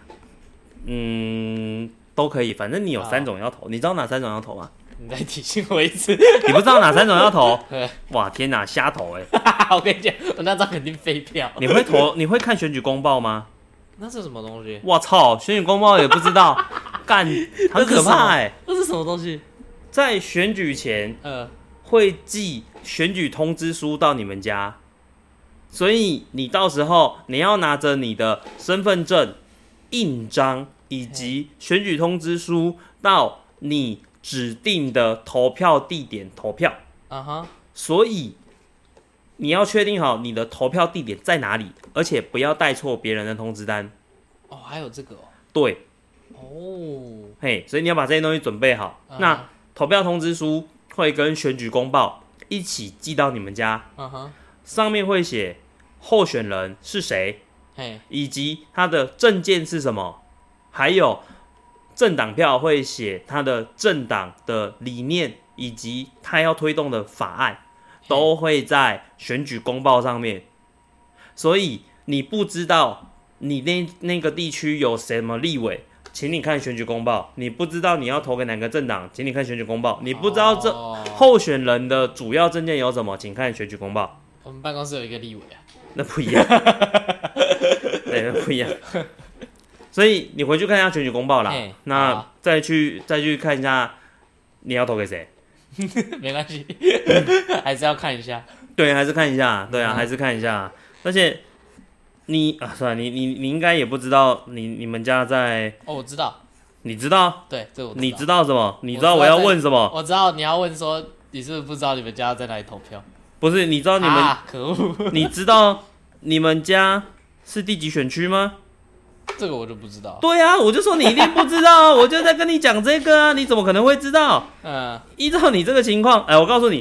嗯，都可以，反正你有三种要投，你知道哪三种要投吗？ 你再提醒我一次， 你不知道哪三种要投？哇，天哪，瞎投哎、 欸！我跟你讲，我那张肯定废票。 你会投？你会看选举公报吗？ 那是什么东西？ 我操，选举公报也不知道，干，很可怕哎、欸！ 那是什么东西？ 在选举前，呃，会寄选举通知书到你们家，所以你到时候你要拿着你的身份证、印章以及选举通知书到你指定的投票地点投票。啊哈，所以你要确定好你的投票地点在哪里，而且不要带错别人的通知单。 哦，还有这个哦。 对。 哦。 嘿，所以你要把这些东西准备好。Uh-huh. 那投票通知书会跟选举公报一起寄到你们家。嗯哼。上面会写候选人是谁，嘿，以及他的政见是什么，还有政党票会写他的政党的理念以及他要推动的法案。都会在选举公报上面，所以你不知道你那那个地区有什么立委，请你看选举公报；你不知道你要投给哪个政党，请你看选举公报；你不知道这候选人的主要政见有什么，请看选举公报。 我们办公室有一个立委啊， 那不一样，对，那不一样。所以你回去看一下选举公报啦，那再去再去看一下你要投给谁。 没关系，还是要看一下。 对，还是看一下。对啊，嗯、还是看一下。而且你啊，算了，你你你应该也不知道你你们家在。 哦，我知道。 你知道？ 对，这我知道。 你知道什么？你知道我要问什么？ 我知道你要问说，你是不是不知道你们家在哪里投票？ 不是，你知道你们？ 啊、可恶！ 你知道你们家是第几选区吗？ 这个我就不知道。 对啊，我就说你一定不知道，我就在跟你讲这个啊，你怎么可能会知道？嗯，依照你这个情况，哎，我告诉你，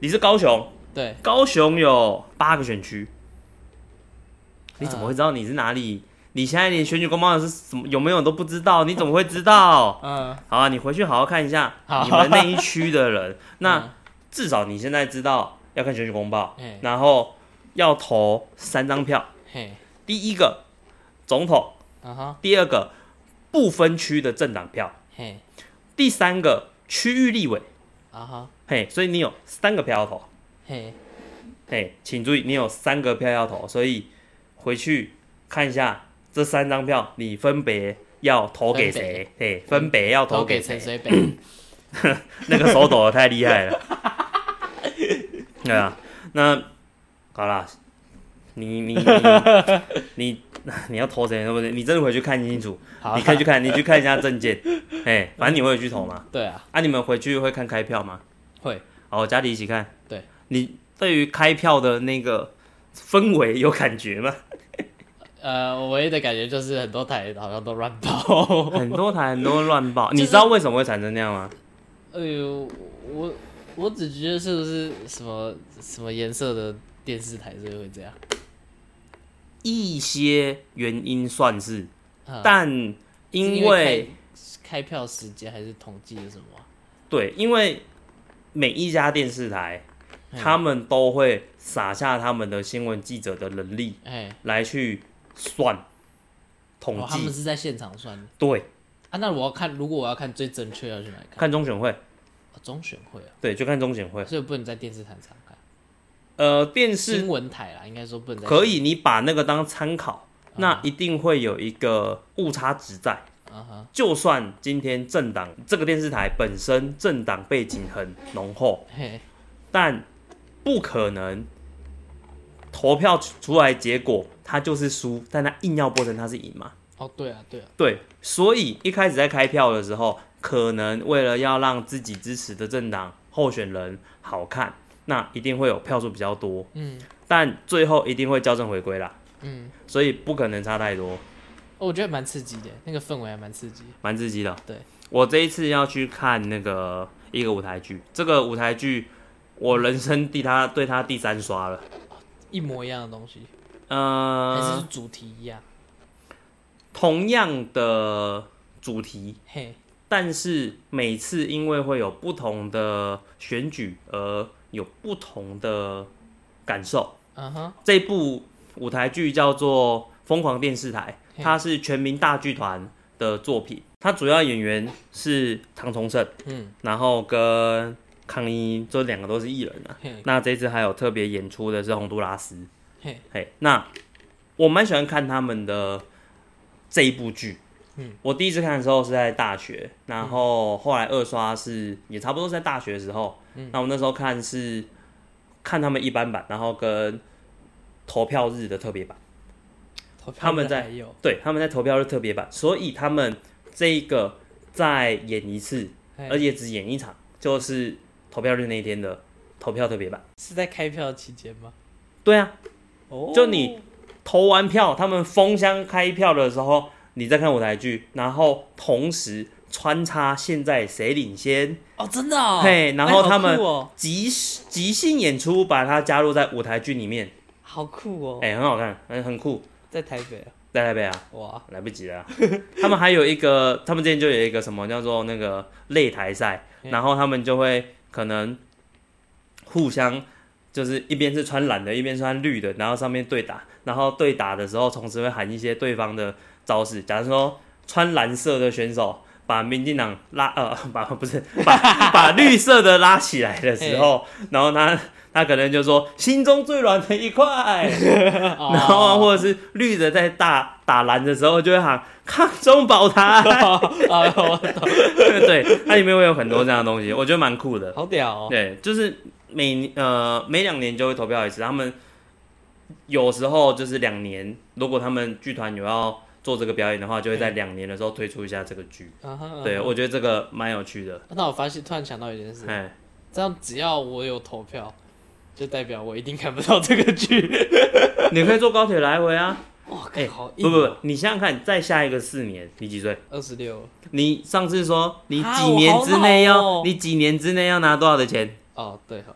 你是高雄， 对， 高雄有八个选区，你怎么会知道你是哪里？你现在连选举公报是什么有没有都不知道，你怎么会知道？嗯，好啊，你回去好好看一下你们那一区的人，那至少你现在知道要看选举公报，然后要投三张票，第一个总统，第二个不分区的政党票，第三个区域立委，嘿，所以你有三个票要投，嘿，嘿，请注意，你有三个票要投，所以回去看一下。这三张票，你分别要投给谁？对，分别要投给谁？ 陈水扁， 那个手抖的太厉害了。对啊，那好啦，你你你你你要投谁？对不对？你真的回去看清楚，你可以去看，你去看一下证件。哎，反正你会去投嘛。 对啊。 啊，你们回去会看开票吗？ 会。 好，家里一起看。 对。 你对于开票的那个氛围有感觉吗？ 呃，我唯一的感觉就是很多台好像都乱报， 很多台很多乱报，就是，你知道为什么会产生那样吗？ 哎呦，我我只觉得是不是什么什么颜色的电视台所以会这样？ 一些原因算是，嗯，但因为， 因为开, 开票时间还是统计的什么，啊？ 对，因为每一家电视台，他们都会撒下他们的新闻记者的能力，来去。算统计，哦， 他们是在现场算的。 对啊，那我要看，如果我要看最正确，要去哪里看？ 看中选会。 哦，中选会啊。对， 就看中选会。 所以不能在电视台上看。 呃，电视新闻台啦，应该说不能在。 可以，你把那个当参考，uh-huh. 那一定会有一个误差值在。Uh-huh. 就算今天政党这个电视台本身政党背景很浓厚， hey. 但不可能。投票出来结果，他就是输，但他硬要播成他是赢嘛？ 哦，对啊，对啊， 对，所以一开始在开票的时候，可能为了要让自己支持的政党候选人好看，那一定会有票数比较多，嗯，但最后一定会校正回归啦，嗯，所以不可能差太多。 哦，我觉得蛮刺激的，那个氛围还蛮刺激， 蛮刺激的。 对， 我这一次要去看那个一个舞台剧，这个舞台剧我人生第他对他第三刷了。 一模一样的东西， 呃， 还是主题一样， 同样的主题，嘿，但是每次因为会有不同的选举而有不同的感受。嗯哼，这部舞台剧叫做《疯狂电视台》，它是全民大剧团的作品，它主要演员是唐崇盛，嗯，然后跟。康一这两个都是艺人啊，那这次还有特别演出的是洪都拉斯，嘿，嘿，那我蛮喜欢看他们的这一部剧。嗯，我第一次看的时候是在大学，然后后来二刷是也差不多是在大学的时候。嗯，那我那时候看是看他们一般版，然后跟投票日的特别版。他们在对他们在投票日特别版，所以他们这一个再演一次，而且只演一场，就是。投票日那一天的投票特别版是在开票期间吗？ 对啊，哦，就你投完票，他们封箱开票的时候，你在看舞台剧，然后同时穿插现在谁领先哦，真的哦， 嘿，然后他们即即兴演出，把它加入在舞台剧里面， 好酷哦， 哎，很好看，很很酷， 在台北啊， 在台北啊， 哇， 来不及了、啊。他们还有一个，他们之前就有一个什么叫做那个擂台赛，然后他们就会。可能互相就是一边是穿蓝的，一边穿绿的，然后上面对打，然后对打的时候，同时会喊一些对方的招式。假如说穿蓝色的选手把民进党拉呃，把不是把把绿色的拉起来的时候，然后他他可能就说心中最软的一块，然后或者是绿的在打打蓝的时候就会喊抗中保台。啊，我懂。对，它里面会有很多这样的东西，我觉得蛮酷的。 好屌哦！ 对，就是每呃每两年就会投票一次，他们有时候就是两年，如果他们剧团有要做这个表演的话，就会在两年的时候推出一下这个剧。Uh-huh, 对， uh-huh. 我觉得这个蛮有趣的。 那我发现突然想到一件事，这样只要我有投票，就代表我一定看不到这个剧。 你可以坐高铁来回啊。 哇，哎、欸，好硬、 不不不，你想想看，再下一个四年，你几岁？ 二十六。 你上次说你几年之内要，啊哦、你几年之内要拿多少的钱？ 哦，对哈。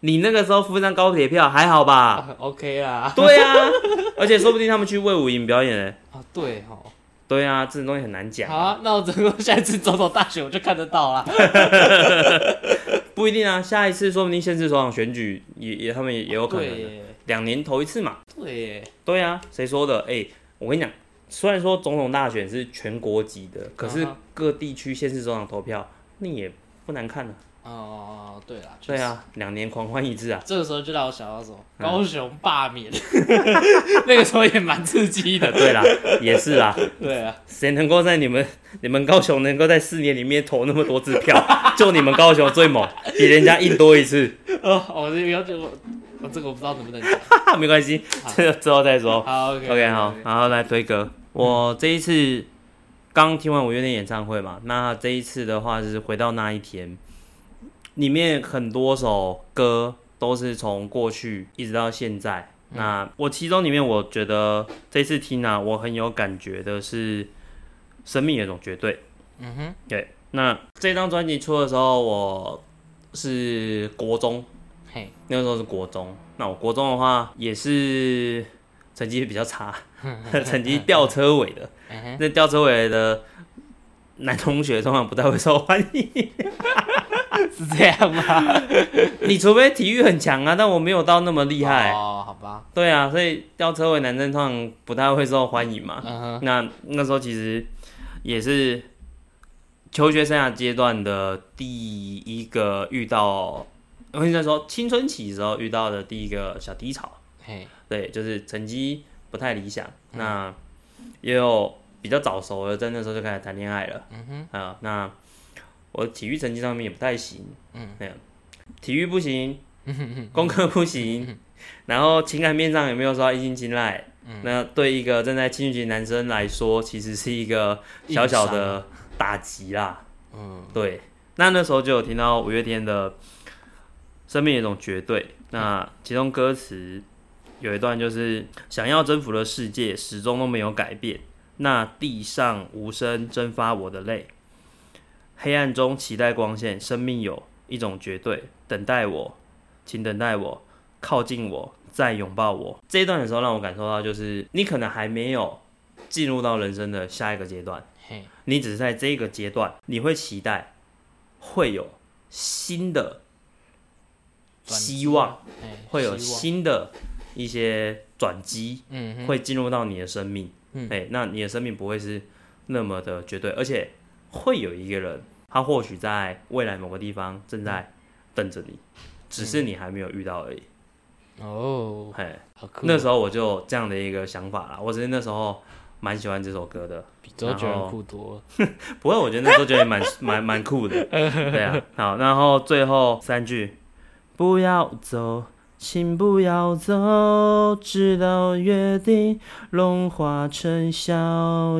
你那个时候付张高铁票还好吧？ 啊、OK 啦。 对啊，而且说不定他们去魏武营表演呢。 啊，对哦。 对啊，这种东西很难讲。 好啊，那我整个下一次总统大选我就看得到啦。 不一定啊，下一次说不定县市首长选举也也他们也也有可能的，两年投一次嘛。 对耶。 对啊，谁说的？哎、欸，我跟你讲，虽然说总统大选是全国级的，可是各地区县市首长投票，那也不难看啊。 哦，对啦， 对啊，两年狂欢一次啊。 这个时候就让我想到什么？高雄罢免，那个时候也蛮刺激的。 对啦，也是啦。 对啊， 谁能够在你们你们高雄能够在四年里面投那么多支票？就你们高雄最猛，比人家印多一次。 哦，我这个就我这个我不知道能不能讲。 没关系，这个之后再说。 好 ，OK， OK， 好，然后来推歌。我这一次刚听完五月天演唱会嘛，那这一次的话是回到那一天。里面很多首歌都是从过去一直到现在。嗯、那我其中里面，我觉得这次听啊，我很有感觉的是生命有一种绝对。嗯哼，对。那这张专辑出的时候，我是国中，嘿，那个时候是国中。那我国中的话，也是成绩比较差，成绩吊车尾的。那吊车尾的男同学通常不太会受欢迎。 是这样吗？ 你除非体育很强啊，但我没有到那么厉害。 哦，好吧。 对啊，所以吊车尾男生通常不太会受欢迎嘛。Uh-huh. 那那时候其实也是求学生涯阶段的第一个遇到，我应该说青春期的时候遇到的第一个小低潮。Hey. 对，就是成绩不太理想。嗯、那也有比较早熟的，在那时候就开始谈恋爱了。嗯哼，啊，那。我体育成绩上面也不太行，嗯，那样，体育不行，功课不行，然后情感面上也没有受到异性青睐，嗯，那对一个正在青春期男生来说，其实是一个小小的打击啦，嗯，对。那那时候就有听到五月天的《生命有一种绝对》，那其中歌词有一段就是想要征服的世界始终都没有改变，那地上无声蒸发我的泪。黑暗中期待光线，生命有一种绝对，等待我，请等待我，靠近我，再拥抱我。这一段的时候让我感受到，就是你可能还没有进入到人生的下一个阶段，你只是在这个阶段，你会期待会有新的希望，会有新的一些转机，会进入到你的生命。欸，那你的生命不会是那么的绝对，而且会有一个人，他或许在未来某个地方正在等着你，只是你还没有遇到而已。哦，嘿，好酷！那时候我就有这样的一个想法啦。我只是那时候蛮喜欢这首歌的， 比周杰伦酷多了。 不会，我觉得那周杰伦蛮蛮蛮酷的。对啊，好，然后最后三句：不要走。请不要走，直到约定融化成硝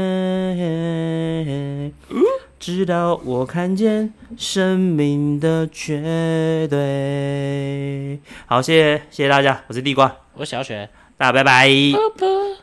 烟，直到我看见生命的绝对。好，谢谢谢谢大家，我是地瓜， 我是小雪， 大家拜拜。 拜拜。